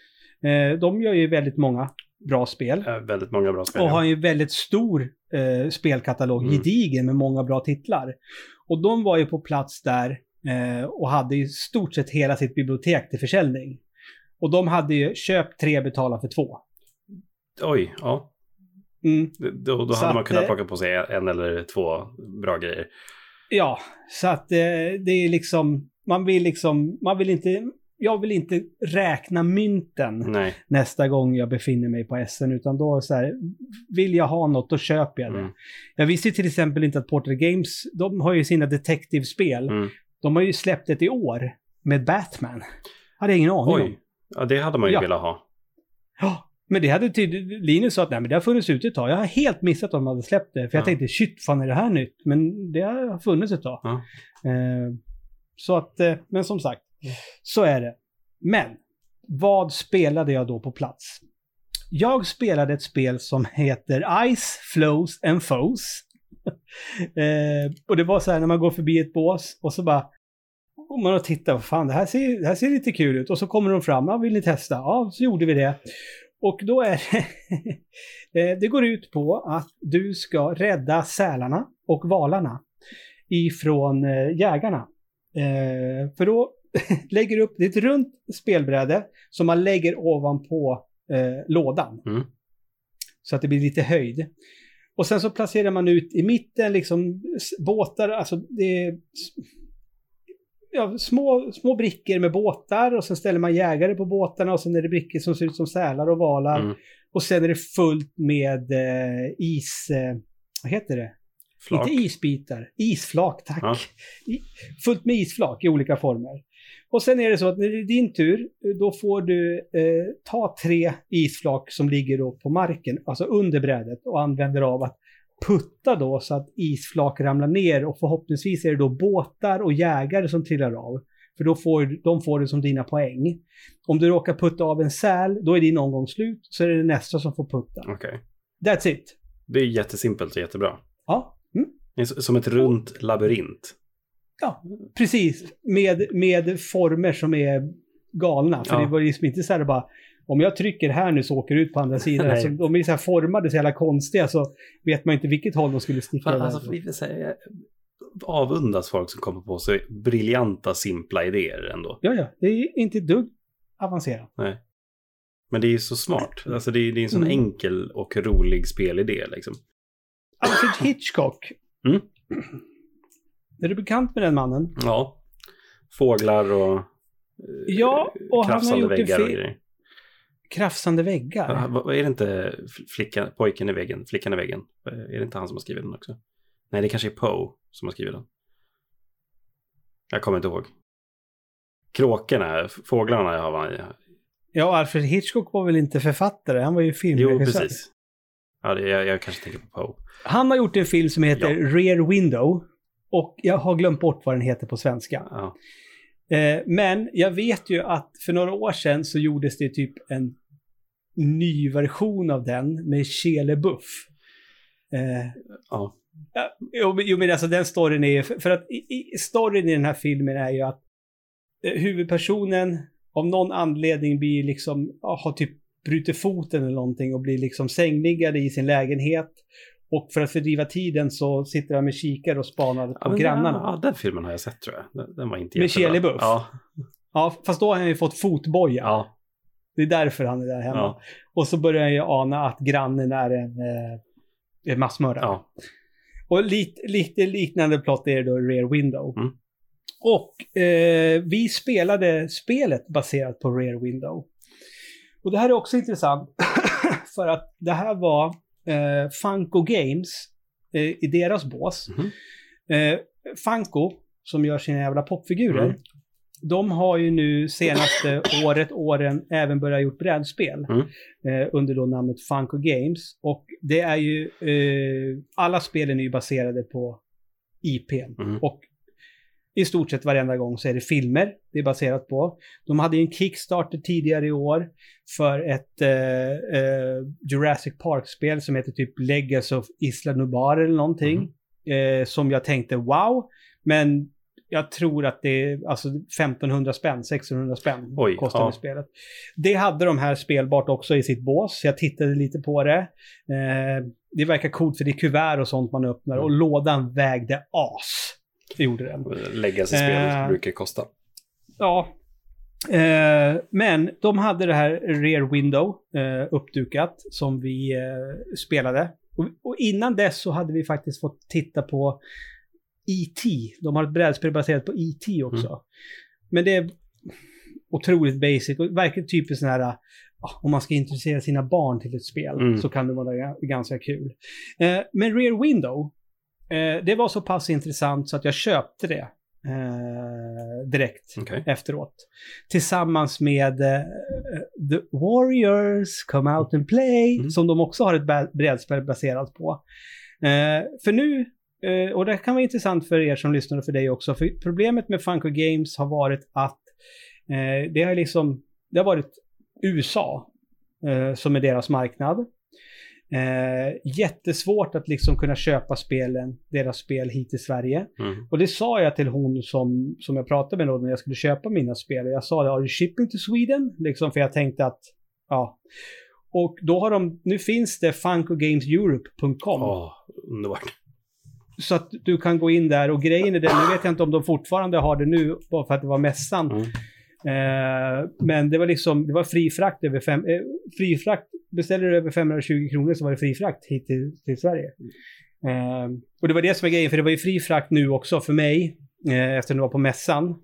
De gör ju väldigt många bra spel. Väldigt många bra spel. Och har ju väldigt stor spelkatalog, gedigen med många bra titlar. Och de var ju på plats där och hade i stort sett hela sitt bibliotek till försäljning. Och de hade ju köpt 3, betala för 2. Oj, ja. Då hade man kunnat plocka på sig 1 eller 2 bra grejer. Ja, så att det är liksom, jag vill inte räkna mynten nästa gång jag befinner mig på SN, utan då så här, vill jag ha något, då köper jag det. Jag visste till exempel inte att Portal Games, de har ju sina detektivspel. De har ju släppt ett i år med Batman. Hade ingen aning om. Ja, det hade man ju velat ha. Ja. Men det hade Linus sa att nej, men det har funnits ut ett tag. Jag har helt missat om de hade släppt det. För jag tänkte, shit, fan är det här nytt? Men det har funnits ett tag. Så att, men som sagt, så är det. Men, vad spelade jag då på plats? Jag spelade ett spel som heter Ice, Flows and Foes. Och det var så här, när man går förbi ett bås och så bara, och man tittar, fan, det här ser lite kul ut. Och så kommer de fram, vill ni testa? Ja, så gjorde vi det. Och då är det går ut på att du ska rädda sälarna och valarna ifrån jägarna. För då lägger du upp, det är ett runt spelbräde som man lägger ovanpå lådan. Så att det blir lite höjd. Och sen så placerar man ut i mitten liksom båtar, alltså det är små brickor med båtar, och sen ställer man jägare på båtarna, och sen är det brickor som ser ut som sälar och valar. Och sen är det fullt med vad heter det? Flak. Inte isbitar, isflak, tack. Ja. Fullt med isflak i olika former. Och sen är det så att när det är din tur, då får du ta 3 isflak som ligger då på marken, alltså under brädet, och använder av att putta då så att isflak ramlar ner, och förhoppningsvis är det då båtar och jägare som trillar av. För då får du som dina poäng. Om du råkar putta av en säl, då är din omgång slut, så är det nästa som får putta. Okay. That's it. Det är jättesimpelt och jättebra. Ja. Det är som ett runt labyrint. Ja, precis. Med former som är galna. För det var liksom inte så här bara, om jag trycker här nu så åker det ut på andra sidan. Alltså, de är så här formade, så jävla konstiga, så vet man inte vilket håll de skulle sticka. Alltså, vi vill säga, avundas folk som kommer på så briljanta, simpla idéer ändå. Ja, det är inte ett dugg avancerat. Nej. Men det är ju så smart. Alltså det är en sån enkel och rolig spelidé liksom. Alfred Hitchcock. Mm. Är du bekant med den mannen? Ja. Fåglar och krafsande väggar och grejer. Krafsande väggar? Ja, är det inte pojken i väggen, flickan i väggen? Är det inte han som har skrivit den också? Nej, det kanske är Poe som har skrivit den. Jag kommer inte ihåg. Kråkorna, fåglarna har man. Ja, Alfred Hitchcock var väl inte författare, han var ju filmregissör. Jo, precis. Ja, jag kanske tänker på Poe. Han har gjort en film som heter Rear Window. Och jag har glömt bort vad den heter på svenska. Ja. Men jag vet ju att för några år sedan så gjordes det typ en ny version av den med Shia LaBeouf. Ja. Jo, men alltså den storyn är ju... För att storyn i den här filmen är ju att huvudpersonen av någon anledning blir liksom... har typ brutit foten eller någonting och blir liksom sängliggande i sin lägenhet. Och för att fördriva tiden så sitter han med kikare och spanar på grannarna. Ja, den filmen har jag sett tror jag. Den var inte med jättebra. Shia LaBeouf? Ja, fast då har han ju fått fotboja. Ja. Det är därför han är där hemma. Ja. Och så börjar han ju ana att grannen är en massmördare. Ja. Och lite liknande plott är det då Rear Window. Mm. Och vi spelade spelet baserat på Rear Window. Och det här är också intressant för att det här var Funko Games i deras bås. Mm. Funko, som gör sina jävla popfigurer, de har ju nu senaste åren även börjat gjort brädspel under då namnet Funko Games. Och det är ju alla spelen är ju baserade på IPn. Och i stort sett varenda gång så är det filmer det är baserat på. De hade en Kickstarter tidigare i år för ett Jurassic Park-spel som heter typ Legacy of Isla Nublar eller någonting. Som jag tänkte, wow. Men jag tror att det är alltså 1500 spänn, 1600 spänn kostade spelet. Det hade de här spelbart också i sitt bås. Jag tittade lite på det. Det verkar coolt för det är kuvert och sånt man öppnar. Och lådan vägde as. Det gjorde den. Legacy-spel brukar kosta. Ja. Men de hade det här Rear Window uppdukat som vi spelade. Och innan dess så hade vi faktiskt fått titta på E.T. De har ett brädspel baserat på E.T. också. Men det är otroligt basic och verkligen typiskt sån här om man ska intressera sina barn till ett spel så kan det vara ganska kul. Men Rear Window det var så pass intressant så att jag köpte det direkt efteråt. Tillsammans med The Warriors Come Out and Play som de också har ett brädspel baserat på. För nu, och det kan vara intressant för er som lyssnar och för dig också, för problemet med Funko Games har varit att det har varit USA som är deras marknad. Jättesvårt att liksom kunna köpa deras spel hit till Sverige. Och det sa jag till hon som jag pratade med då när jag skulle köpa mina spel. Jag sa det, are you shipping to Sweden? Liksom, för jag tänkte att och då har nu finns det funkogameseurope.com. Underbart. Så att du kan gå in där och grejen är den, nu vet jag inte om de fortfarande har det nu bara för att det var mässan. Men det var fri frakt beställer du över 520 kronor så var det fri frakt hit till Sverige. Och det var det som var grejen, för det var ju fri frakt nu också för mig efter det var på mässan.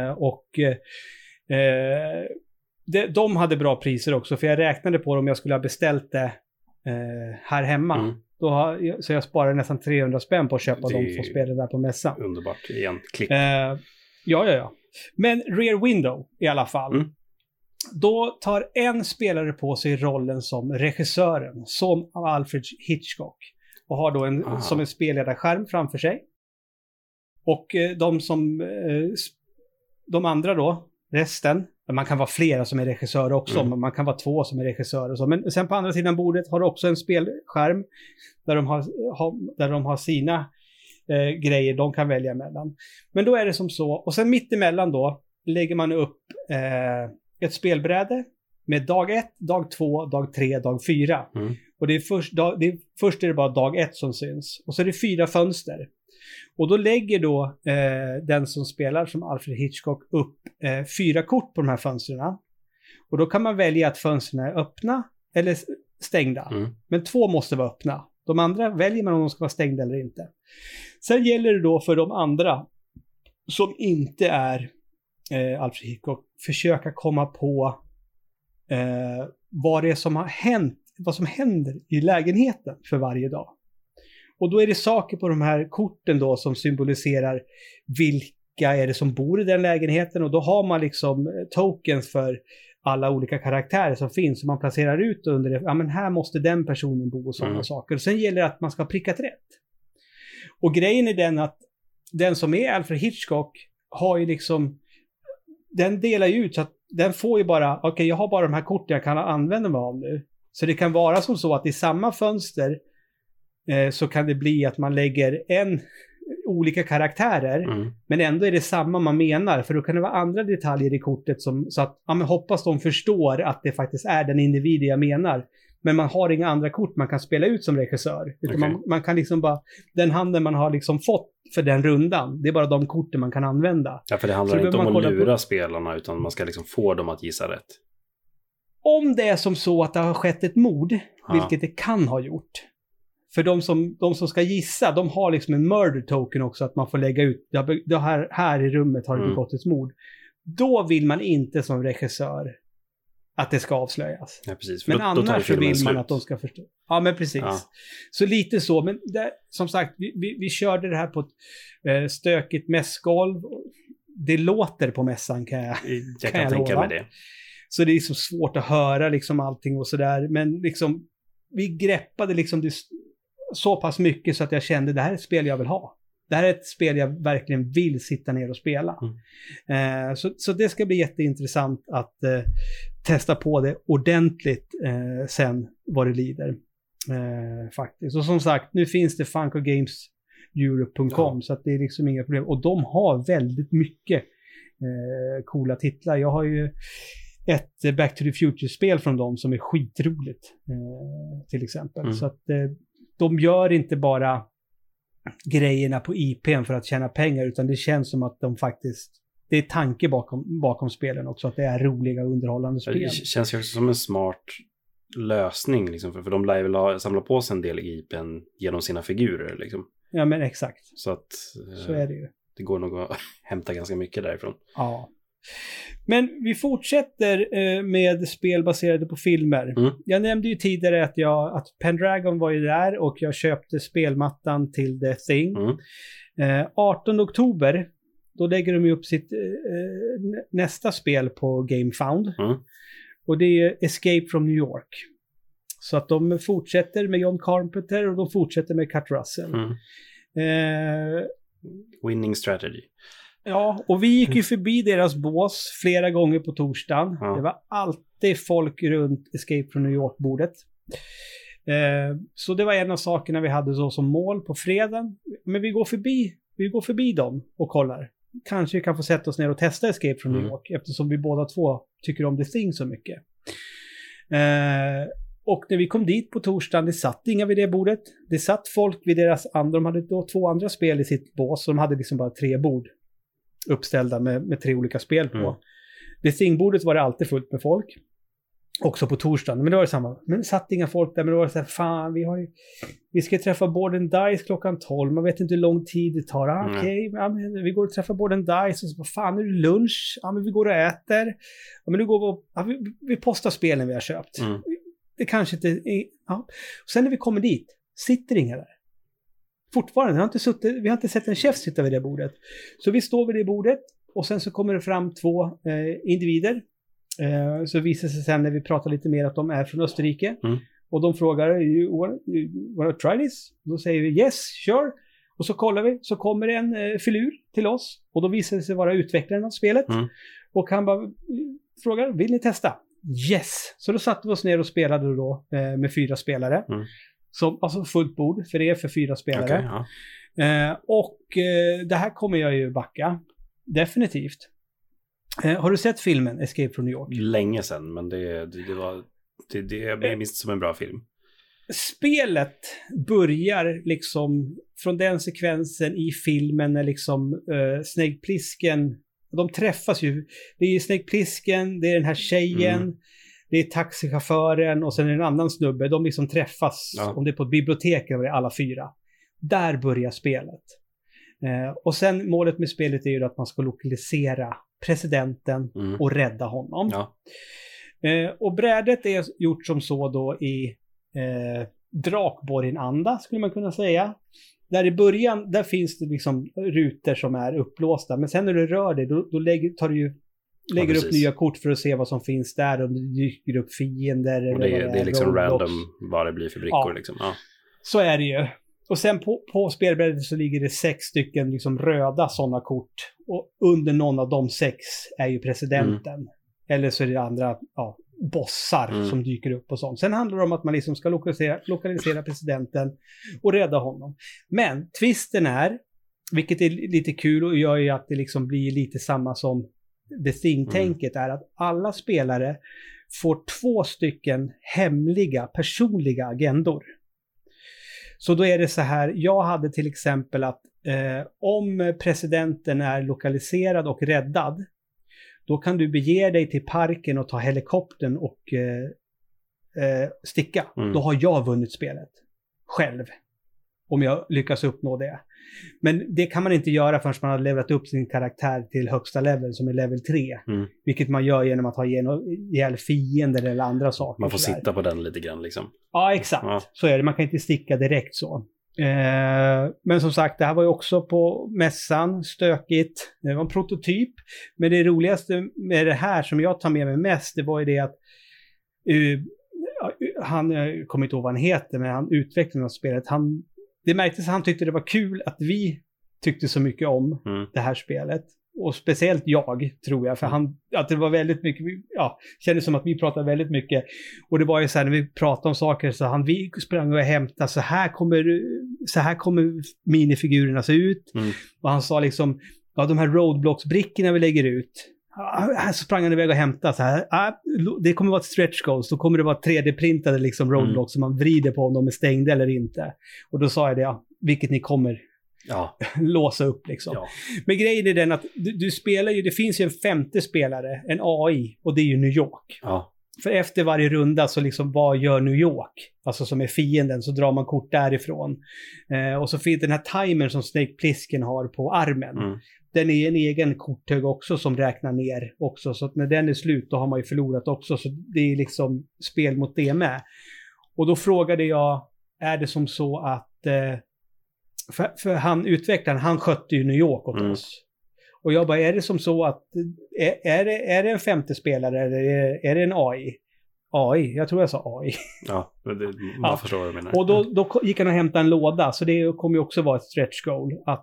De hade bra priser också, för jag räknade på det om jag skulle ha beställt det här hemma. Så jag sparade nästan 300 spänn på att köpa de två spelen där på mässan. Underbart, igen, klipp. Ja. Men Rear Window i alla fall. Då tar en spelare på sig rollen som regissören, som Alfred Hitchcock. Och har då som en spelledarskärm framför sig. Och de andra då, resten, man kan vara flera som är regissörer också, men man kan vara 2 som är regissörer och så. Men sen på andra sidan bordet har du också en spelskärm där de har sina grejer de kan välja mellan. Men då är det som så, och sen mitt emellan då lägger man upp ett spelbräde med dag 1, dag 2, dag 3, dag 4. Och det är först är det bara dag 1 som syns. Och så är det 4 fönster. Och då lägger då den som spelar som Alfred Hitchcock upp 4 kort på de här fönstren. Och då kan man välja att fönstren är öppna eller stängda. Men 2 måste vara öppna. De andra väljer man om de ska vara stängda eller inte. Sen gäller det då för de andra som inte är Alfred Hitchcock försöka komma på vad det är som har hänt, vad som händer i lägenheten för varje dag. Och då är det saker på de här korten då som symboliserar vilka är det som bor i den lägenheten, och då har man liksom tokens för alla olika karaktärer som finns som man placerar ut under det. Ja, men här måste den personen bo och sådana saker. Och sen gäller det att man ska ha prickat rätt. Och grejen är den att den som är Alfred Hitchcock har ju liksom, den delar ju ut så att den får ju bara, okej, jag har bara de här korten jag kan använda mig av nu. Så det kan vara som så att i samma fönster så kan det bli att man lägger olika karaktärer, men ändå är det samma man menar, för då kan det vara andra detaljer i kortet som, så att, ja, men hoppas de förstår att det faktiskt är den individ jag menar. Men man har inga andra kort man kan spela ut som regissör. Utan man kan liksom bara, den handen man har liksom fått för den rundan, det är bara de korten man kan använda. Ja, för det handlar inte om att lura spelarna, utan man ska liksom få dem att gissa rätt. Om det är som så att det har skett ett mord, vilket det kan ha gjort. För de som ska gissa, de har liksom en murder token också, att man får lägga ut, här i rummet har det begått ett mord. Då vill man inte som regissör att det ska avslöjas. Ja, precis. Men annars så vill man att de ska förstå. Ja, men precis. Ja. Så lite så. Men det, som sagt, vi körde det här på ett stökigt mässgolv. Det låter på mässan kan jag tänka mig det. Så det är så svårt att höra liksom allting och sådär. Men liksom, vi greppade liksom det så pass mycket så att jag kände det här är ett spel jag vill ha. Det här är ett spel jag verkligen vill sitta ner och spela. Så det ska bli jätteintressant att testa på det ordentligt sen vad det lider. Faktiskt. Och som sagt, nu finns det funkogameseurope.com så att det är liksom inga problem. Och de har väldigt mycket coola titlar. Jag har ju ett Back to the Future-spel från dem som är skitroligt till exempel. Så att de gör inte bara grejerna på IP:n för att tjäna pengar, utan det känns som att de faktiskt, det är tanke bakom spelen också, att det är roliga och underhållande spel. Det känns ju också som en smart lösning liksom, för de lär väl samla på sig en del IP:n genom sina figurer liksom. Ja, men exakt. Så är det ju. Det går nog att hämta ganska mycket därifrån. Ja. Men vi fortsätter med spel baserade på filmer. Jag nämnde ju tidigare att Pendragon var ju där och jag köpte spelmattan till The Thing. 18 oktober då lägger de upp sitt nästa spel på GameFound. Och det är Escape from New York. Så att de fortsätter med John Carpenter och de fortsätter med Kurt Russell. Winning strategy. Ja, och vi gick ju förbi deras bås flera gånger på torsdagen. Det var alltid folk runt Escape from New York-bordet. Så det var en av sakerna vi hade så som mål på fredagen. Men vi går förbi dem och kollar. Kanske vi kan få sätta oss ner och testa Escape from New York, eftersom vi båda två tycker om The Thing så mycket. Och när vi kom dit på torsdagen, det satt inga vid det bordet. Det satt folk vid deras de hade då 2 andra spel i sitt bås, så de hade liksom bara 3 bord uppställda med 3 olika spel på. Det Thing-bordet var det alltid fullt med folk. Också på torsdagen. Men det var det samma. Men det satt inga folk där. Men det var så här, fan, vi ska träffa Board and Dice klockan 12. Man vet inte hur lång tid det tar. Okej, vi går och träffar Board and Dice. Och så, fan, nu är det lunch. Ja, men vi går och äter. Ja, men nu går vi postar spelen vi har köpt. Det kanske inte... Ja. Och sen när vi kommer dit, sitter inga där. Fortfarande, vi har inte sett en chef sitta vid det bordet. Så vi står vid det bordet och sen så kommer det fram 2 individer. Så visar sig sen när vi pratar lite mer att de är från Österrike. Och de frågar, you wanna try this? Då säger vi yes, sure. Och så kollar vi, så kommer det en filur till oss. Och då visar det sig vara utvecklaren av spelet. Och han bara frågar, vill ni testa? Yes! Så då satte vi oss ner och spelade då med 4 spelare. Alltså fullt bord, för det är för 4 spelare. Okay, ja. Och det här kommer jag ju backa. Definitivt. Har du sett filmen Escape from New York? Länge sedan, men det var jag minns som en bra film. spelet börjar liksom från den sekvensen i filmen när liksom Snake Plissken, de träffas ju. Det är Snake Plissken, det är den här tjejen, det är taxichauffören och sen är det en annan snubbe. De liksom träffas, om det är på ett bibliotek eller alla 4. Där börjar spelet. Och sen målet med spelet är ju att man ska lokalisera presidenten och rädda honom. Ja. Och brädet är gjort som så då i Drakborgen-anda skulle man kunna säga. Där i början, där finns det liksom rutor som är upplåsta. Men sen när du rör dig, då lägger upp nya kort för att se vad som finns där. Om det dyker upp fiender. Och det är liksom random vad det blir för brickor. Liksom. Ja. Så är det ju. Och sen på spelbrädet så ligger det 6 stycken liksom röda sådana kort. Och under någon av de 6 är ju presidenten. Eller så är det andra bossar som dyker upp och sånt. Sen handlar det om att man liksom ska lokalisera presidenten och rädda honom. Men twisten är, vilket är lite kul och gör ju att det liksom blir lite samma som The Thing-tänket, är att alla spelare får 2 stycken hemliga, personliga agendor. Så då är det så här, jag hade till exempel att om presidenten är lokaliserad och räddad, då kan du bege dig till parken och ta helikoptern och sticka. Då har jag vunnit spelet. Själv. Om jag lyckas uppnå det. Men det kan man inte göra förrän man har levelat upp sin karaktär till högsta level som är level 3. Vilket man gör genom att ha ihjäl fiender eller andra saker. Man får sitta på den lite grann liksom. Ja, exakt. Ja. Så är det. Man kan inte sticka direkt så. Men som sagt, det här var ju också på mässan, stökigt. Det var en prototyp. Men det roligaste med det här som jag tar med mig mest, det var ju det att han, jag kommer inte ihåg vad han heter, men han utvecklade av spelet. Det märktes att han tyckte det var kul att vi tyckte så mycket om det här spelet. Och speciellt jag, tror jag. För att det var väldigt mycket, kändes som att vi pratade väldigt mycket. Och det var ju så här, när vi pratade om saker så vi sprang och hämtade, så här kommer minifigurerna se ut. Och han sa liksom, de här roadblocks-brickorna vi lägger ut. Här så sprang han iväg och hämtade så här. Det kommer vara ett stretch goals. Då kommer det vara 3D-printade liksom roadblocks som man vrider på om de är stängda eller inte. Och då sa jag det, vilket ni kommer låsa upp liksom. Ja. Men grejen är den att du spelar ju, det finns ju en 5:e spelare, en AI, och det är ju New York. Ja. För efter varje runda så liksom, vad gör New York? Alltså som är fienden, så drar man kort därifrån. Och så finns den här timern som Snake Plissken har på armen. Den är en egen korthög också som räknar ner också. Så att när den är slut, då har man ju förlorat också. Så det är liksom spel mot det med. Och då frågade jag, är det som så att för han utvecklaren, han skötte ju New York åt oss. Och jag bara, är det som så att är det en 5:e spelare eller är det en AI? AI, jag tror jag sa AI. Ja, man förstår vad jag menar. Och då gick han och hämtade en låda, så det kommer ju också vara ett stretch goal. Att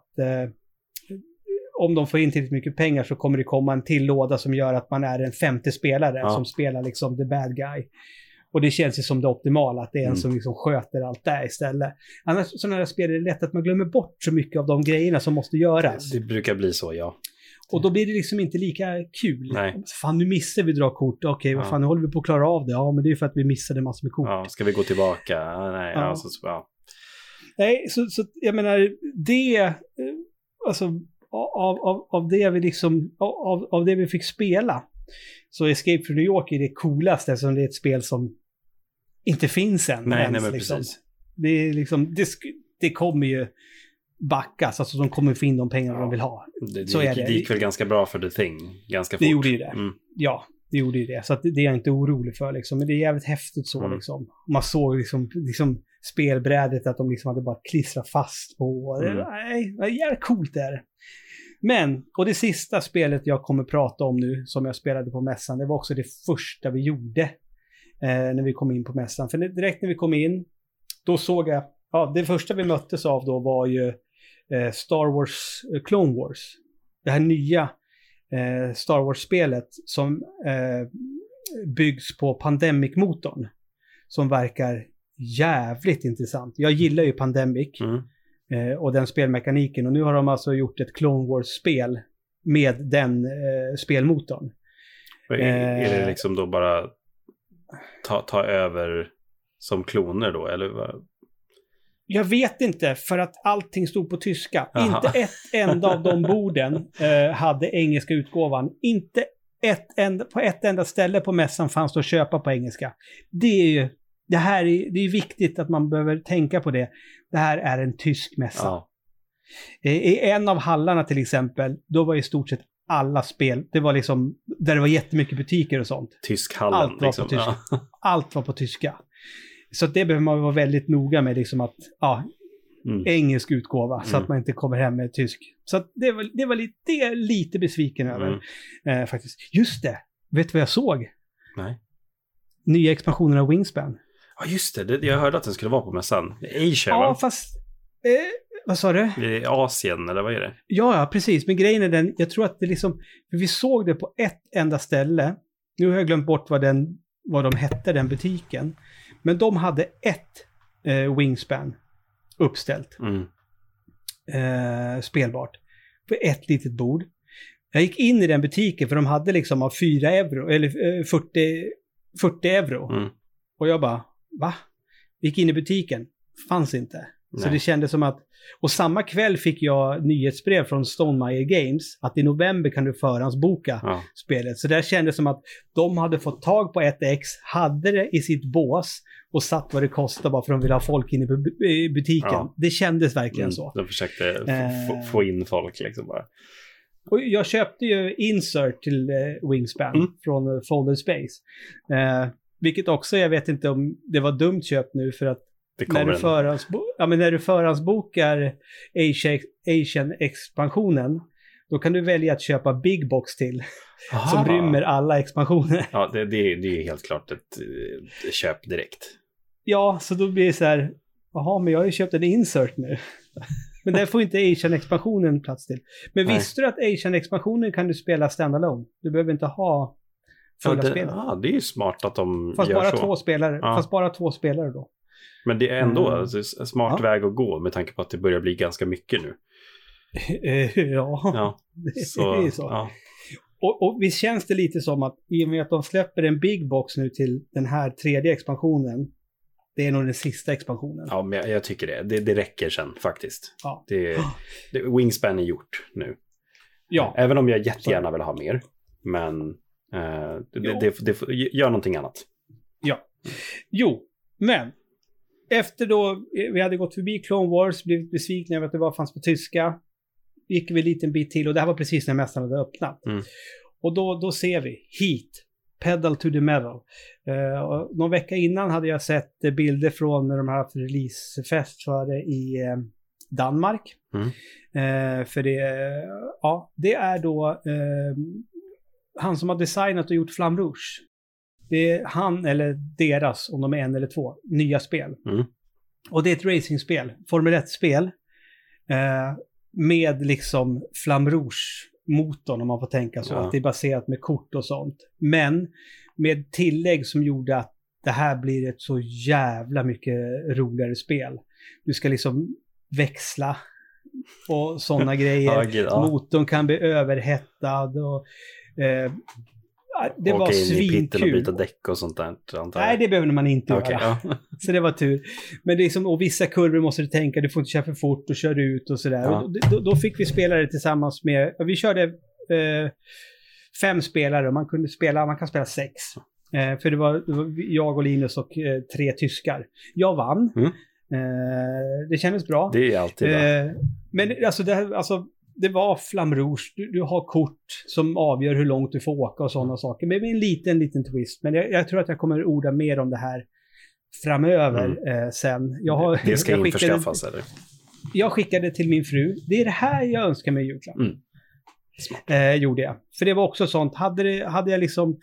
om de får in tillräckligt mycket pengar så kommer det komma en till låda som gör att man är en 5:e spelare som spelar liksom the bad guy. Och det känns ju som det optimala, att det är en som liksom sköter allt där istället. Annars sådana här spel är det lätt att man glömmer bort så mycket av de grejerna som måste göras. Det brukar bli så, ja. Och då blir det liksom inte lika kul. Nej. Fan, nu missar vi dra kort. Okej, vad fan, nu håller vi på att klara av det. Ja, men det är för att vi missade massor med kort. Ja, ska vi gå tillbaka? Nej, Nej, så jag menar, det... Alltså, av det vi liksom... Av det vi fick spela, så Escape from New York är det coolaste, eftersom det är ett spel som inte finns än. Nej, men liksom. Precis. Det är liksom... Det kommer ju backas, alltså de kommer få in de pengar de vill ha. Det gick väl ganska bra för The Thing, ganska fort. Det gjorde ju det. Ja, det gjorde ju det. Så att det är jag inte orolig för liksom. Men det är jävligt häftigt så liksom. Man såg liksom spelbrädet att de liksom hade bara klistrat fast på. Nej, det är jävligt coolt där. Men, och det sista spelet jag kommer prata om nu, som jag spelade på mässan, det var också det första vi gjorde när vi kom in på mässan. För direkt när vi kom in, då såg jag, det första vi möttes av då var ju Star Wars, Clone Wars. Det här nya Star Wars-spelet som byggs på Pandemic-motorn. Som verkar jävligt intressant. Jag gillar ju Pandemic och den spelmekaniken. Och nu har de alltså gjort ett Clone Wars-spel med den spelmotorn. Är det liksom då bara ta över som kloner då, eller vad? Jag vet inte, för att allting stod på tyska. Aha. Inte ett enda av de borden hade engelska utgåvan. Inte på ett enda ställe på mässan fanns det att köpa på engelska. Det är viktigt att man behöver tänka på det. Det här är en tysk mässa. Ja. I en av hallarna till exempel, då var i stort sett alla spel, det var liksom, där det var jättemycket butiker och sånt. Tyskhallen. Allt var på tyska. Ja. Allt var på tyska. Så det behöver man vara väldigt noga med, liksom att, engelsk utgåva, så att man inte kommer hem med tysk. Så att det var lite besviken över, faktiskt. Just det, vet du vad jag såg? Nej. Nya expansionen av Wingspan. Ja, just det. Jag hörde att den skulle vara på mässan. Asia, ja, va? fast... vad sa du? Det är Asien, eller vad är det? Ja, precis. Men grejen är den, jag tror att det liksom... För vi såg det på ett enda ställe. Nu har jag glömt bort vad de hette, den butiken. Men de hade ett Wingspan uppställt. Spelbart. För ett litet bord. Jag gick in i den butiken för de hade liksom av 4 euro, eller 40 euro. Och jag bara, va? Gick in i butiken. Fanns inte. Så Nej. det kändes som att... Och samma kväll fick jag nyhetsbrev från Stonemaier Games att i november kan du förhandsboka spelet. Så det kändes som att de hade fått tag på ett ex, hade det i sitt bås och satt vad det kostade bara för att de ville ha folk inne i butiken. Ja. Det kändes verkligen så. De försökte få in folk liksom bara. Och jag köpte ju insert till Wingspan från Folder Space. Vilket också, jag vet inte om det var dumt köp nu, för att när du förhandsbokar Asian-expansionen, då kan du välja att köpa Big Box till. Som rymmer alla expansioner. Ja, det är helt klart ett köp direkt. Ja, så då blir det så här, jaha, men jag har ju köpt en insert nu. Men där får inte Asian-expansionen plats till. Men visste du att Asian-expansionen kan du spela standalone? Du behöver inte ha fulla spel. Ja, det är ju smart att de fast gör bara så. Fast bara 2 spelare då. Men det är ändå en smart väg att gå med tanke på att det börjar bli ganska mycket nu. Ja. Det är så. Ja. Och visst känns det lite som att i och med att de släpper en Big Box nu till den här 3:e expansionen, det är nog den sista expansionen. Ja, men jag tycker det räcker sen faktiskt. Ja. Wingspan är gjort nu. Ja. Även om jag jättegärna vill ha mer. Men gör någonting annat. Ja. Jo, men efter då vi hade gått förbi Clone Wars, blivit besvikna över att det bara fanns på tyska, gick vi en liten bit till och det här var precis när mässan hade öppnat. Och då ser vi Heat, Pedal to the Metal. Någon vecka innan hade jag sett bilder från när de har haft releasefest för det i Danmark. För det är då han som har designat och gjort Flamme Rouge. Det är han eller deras, om de är 1 eller 2, nya spel. Och det är ett racingspel, Formel 1-spel. Med liksom Flamme Rouge-motorn, om man får tänka så. Att det är baserat med kort och sånt. Men med tillägg som gjorde att det här blir ett så jävla mycket roligare spel. Du ska liksom växla och sådana grejer. Motorn kan bli överhettad och... det var svinkul. Och byta däck och sånt där. Nej, det behöver man inte göra. Så det var tur. Men det är som, och vissa kurvor måste du tänka, du får inte köra för fort och köra ut och sådär. Ja. Då fick vi spela det tillsammans med, vi körde 5 spelare och man kan spela 6. För det var jag och Linus och 3 tyskar. Jag vann. Det kändes bra. Det är alltid bra. Men det var Flamme Rouge. Du har kort som avgör hur långt du får åka och sådana saker. Men med en liten twist. Men jag tror att jag kommer orda mer om det här framöver sen. Det ska införskaffas, eller? Jag skickade till min fru. Det är det här jag önskar mig i julklapp. Gjorde jag. För det var också sånt. Hade jag liksom...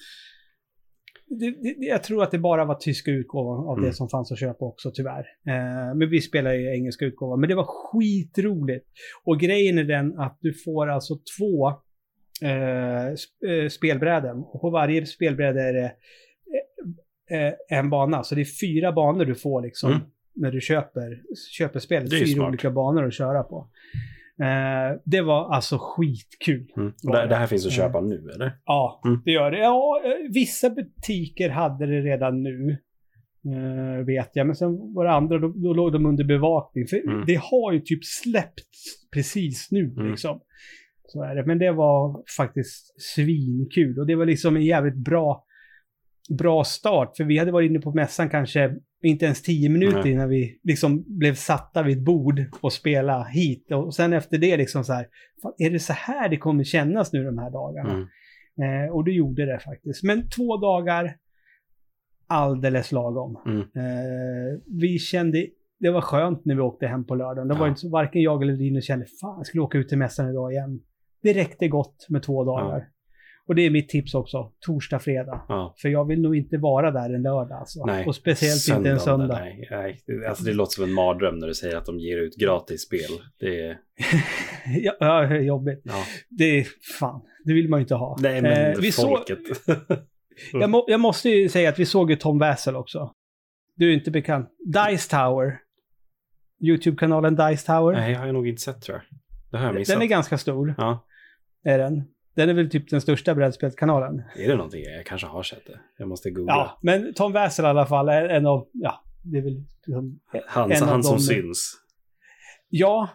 jag tror att det bara var tyska utgåvan av det som fanns att köpa också, tyvärr. Men vi spelar ju engelska utgåvan. Men det var skitroligt. Och grejen är den att du får alltså 2 spelbräden. Och på varje spelbräde är det en bana. Så det är 4 banor du får liksom när du köper spelet. 4 olika banor att köra på. Det var alltså skitkul. Det här finns att köpa nu, eller? Ja, det gör det. Ja, vissa butiker hade det redan nu. vet jag. Men sen var det andra, då låg de under bevakning. För det har ju typ släppt precis nu liksom. Så är det. Men det var faktiskt svinkul. Och det var liksom en jävligt bra start. För vi hade varit inne på mässan kanske inte ens 10 minuter innan vi liksom blev satta vid ett bord och spela hit. Och sen efter det liksom så här, är det så här det kommer kännas nu de här dagarna? Och det gjorde det faktiskt. Men 2 dagar alldeles lagom. Vi kände, det var skönt när vi åkte hem på lördagen. Det var inte så, varken jag eller Linus kände, fan jag skulle åka ut till mässan idag igen. Det räckte gott med 2 dagar. Och det är mitt tips också. Torsdag, fredag. För jag vill nog inte vara där en lördag. Alltså. Nej. Och speciellt söndag, inte en söndag. Nej. Alltså det låter som en mardröm när du säger att de ger ut gratis spel. Det är... ja, jobbigt. Ja. Det är fan. Det vill man ju inte ha. Nej, men folket. Jag måste ju säga att vi såg ju Tom Vassell också. Du är inte bekant. Dice Tower. YouTube-kanalen Dice Tower. Nej, jag har nog inte sett, tror jag. Det har jag missat. Den är ganska stor. Ja. Är den. Den är väl typ den största brädspelskanalen. Är det någonting? Jag kanske har sett det. Jag måste googla. Ja, men Tom Vassell i alla fall är en av... Ja, det är väl... Liksom, han som syns. Ja,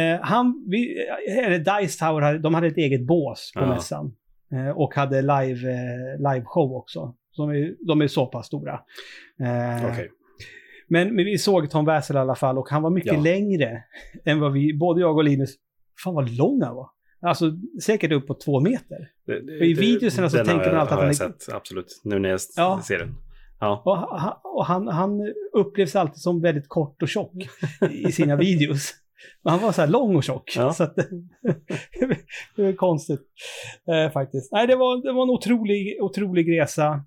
Dice Tower, de hade ett eget bås på mässan. Och hade live show också. De är så pass stora. Okay. Men vi såg Tom Vassell i alla fall. Och han var mycket längre än vad både jag och Linus... Fan vad lång han var. Alltså säkert upp på 2 meter. I videorna så tänker man alltid att han är... Sett, absolut. Nu när jag ser den. Ja. Och han upplevs alltid som väldigt kort och tjock i sina videos. Men han var så här lång och tjock. Ja. Så att, det var konstigt faktiskt. Nej, det var en otrolig resa.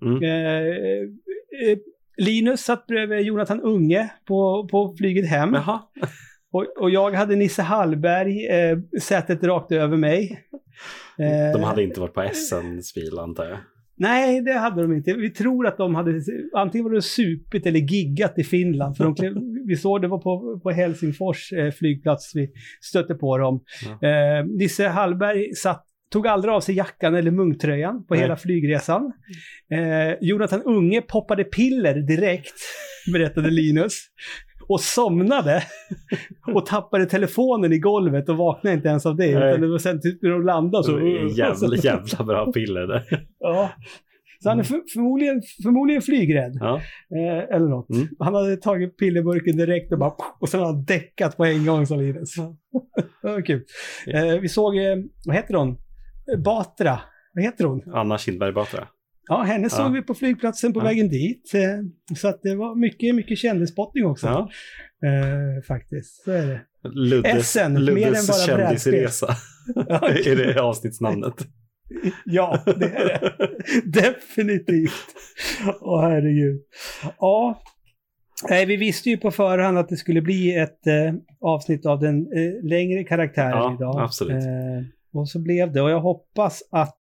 Linus satt bredvid Jonathan Unge på flyget hem. Jaha. Och jag hade Nisse Hallberg sätet rakt över mig. De hade inte varit på SN-spel, antar jag. Nej, det hade de inte. Vi tror att de hade antingen var det supit eller giggat i Finland. För vi såg det var på Helsingfors flygplats vi stötte på dem. Nisse Hallberg tog aldrig av sig jackan eller munktröjan på hela flygresan. Jonathan Unge poppade piller direkt, berättade Linus. Och somnade och tappade telefonen i golvet och vaknade inte ens av det. Utan det var sen typ när de landade så... Jävla bra piller där. Ja. Så han är förmodligen flygrädd. Ja. Eller något. Han hade tagit pillerburken direkt och sen har han däckat på en gång, som Linus. Det var kul. Vi såg, vad heter hon? Batra. Vad heter hon? Anna Kindberg Batra. Ja, henne såg vi på flygplatsen på vägen dit. Så att det var mycket kändespottning också. Ja. Faktiskt, så är det. Luddes kändisresa. Är det avsnittsnamnet? Ja, det är det. Definitivt. Herregud. Ja. Vi visste ju på förhand att det skulle bli ett avsnitt av den längre karaktären idag. Absolut. Och så blev det. Och jag hoppas att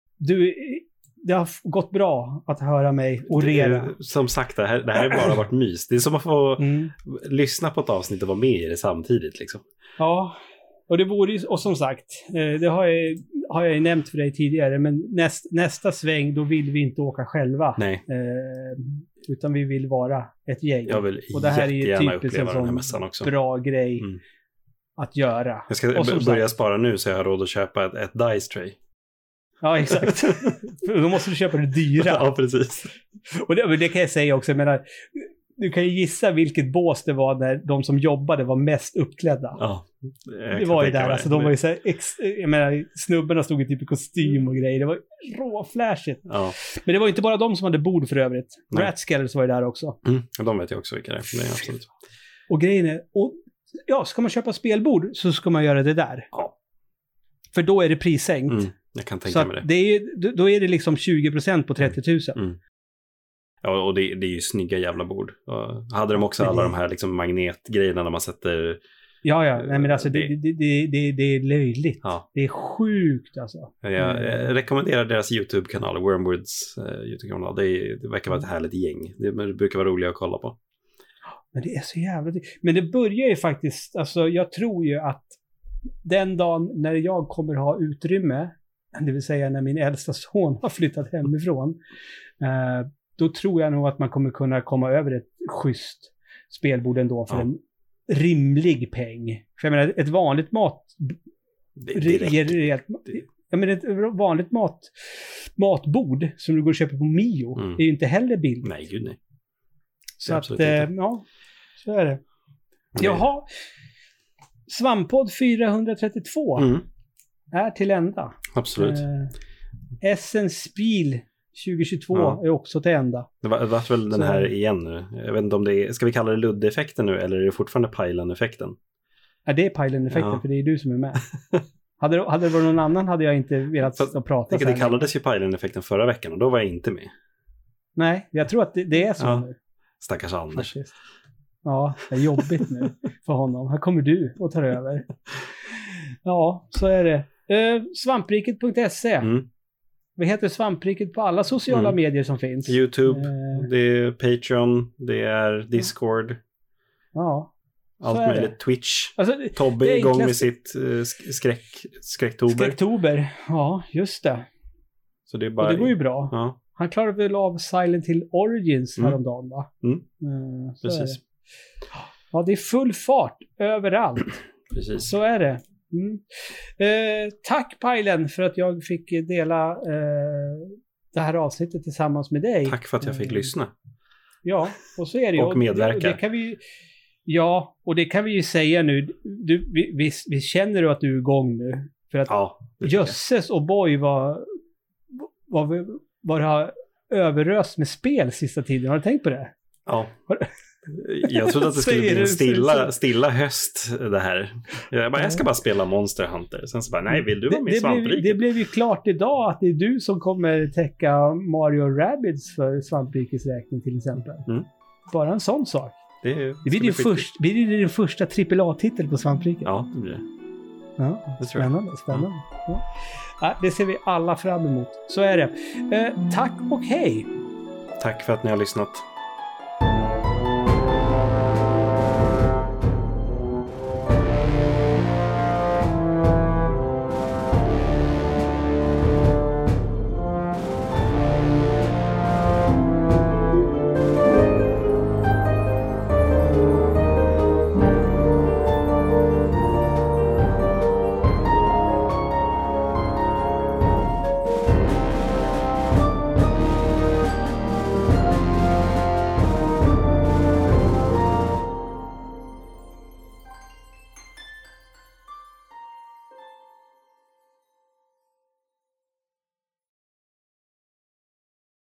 det har gått bra att höra mig orera. Som sagt, det här har bara varit mys. Det är som att få lyssna på ett avsnitt och vara med i det samtidigt. Liksom. Ja, och det vore ju, och som sagt, det har jag ju nämnt för dig tidigare, men nästa sväng, då vill vi inte åka själva. Nej. Utan vi vill vara ett gäng. Jag vill och det här är ju typiskt en sån bra grej att göra. Jag ska börja spara nu så jag har råd att köpa ett Dice Tray. Ja, exakt. Då måste du köpa det dyra. Ja, precis. Och det kan jag säga också. Jag menar, du kan ju gissa vilket bås det var när de som jobbade var mest uppklädda. Ja, det var ju där. Alltså, de var ju så här, jag menar, snubbarna stod i typ i kostym och grejer. Det var råflashigt. Ja. Men det var ju inte bara de som hade bord för övrigt. Ratscales var ju där också. De vet jag också vilka det är. Nej, absolut. Och grejen är, ska man köpa spelbord så ska man göra det där. Ja. För då är det prissänkt. Jag kan tänka mig det. Då är det liksom 20% på 30 000. Ja, och det är ju snygga jävla bord. Och hade de också alla de här liksom magnetgrejerna när man sätter... Ja. Nej, men alltså det är löjligt. Ja. Det är sjukt alltså. Jag rekommenderar deras YouTube-kanal, Wormwoods YouTube-kanal. Det verkar vara ett härligt gäng. Det brukar vara roligt att kolla på. Men det är så jävla... Men det börjar ju faktiskt... Alltså jag tror ju att den dagen när jag kommer ha utrymme, det vill säga när min äldsta son har flyttat hemifrån, då tror jag nog att man kommer kunna komma över schysst spelbord ändå för en rimlig peng. För jag menar, ett vanligt ett vanligt matbord som du går och köper på Mio är ju inte heller billigt. Nej, gud nej. Så att, ja, så är det. Jaha. Svamppodd 432 är till ända. Absolut. Essen Spiel 2022 är också till ända. Det var väl den här igen nu. Jag vet inte om det är, ska vi kalla det Ludde-effekten nu eller är det fortfarande Pajlen-effekten? Ja, det är Pajlen-effekten för det är du som är med. Hade det varit någon annan hade jag inte velat prata. Det kallades ju Pajlen-effekten förra veckan och då var jag inte med. Nej, jag tror att det är så nu. Stackars Anders. Faktiskt. Ja, det är jobbigt nu för honom. Här kommer du och tar över. Ja, så är det. Svampriket.se. Vi heter Svampriket på alla sociala medier som finns. YouTube, det är Patreon, det är Discord. Ja. Allt möjligt. Twitch. Alltså, Tobbe är igång med sitt skräcktober. Skräcktober, ja, just det. Så det är bara... Och det går ju bra. Ja. Han klarade väl av Silent Hill Origins häromdagen, va? Precis. Ja, det är full fart överallt. Precis. Så är det. Tack Pajlen för att jag fick dela det här avsnittet tillsammans med dig. Tack för att jag fick lyssna. Ja, och så är det. Och medverka. Det kan vi, och det kan vi ju säga nu. Vi känner du att du är igång nu. För att jösses och boy vad det har överröst med spel sista tiden. Har du tänkt på det? Ja. Jag trodde att det skulle bli en stilla höst det här. Jag ska bara spela Monster Hunter. Sen så bara, nej, vill du vara med i Svampriket? Det blev ju klart idag att det är du som kommer täcka Mario Rabbids för Svamprikets räkning till exempel. Bara en sån sak. Det blir din första AAA-titel på Svampriket. Ja, det blir det. Ja, spännande. Ja, det ser vi alla fram emot. Så är det. Tack och hej! Tack för att ni har lyssnat.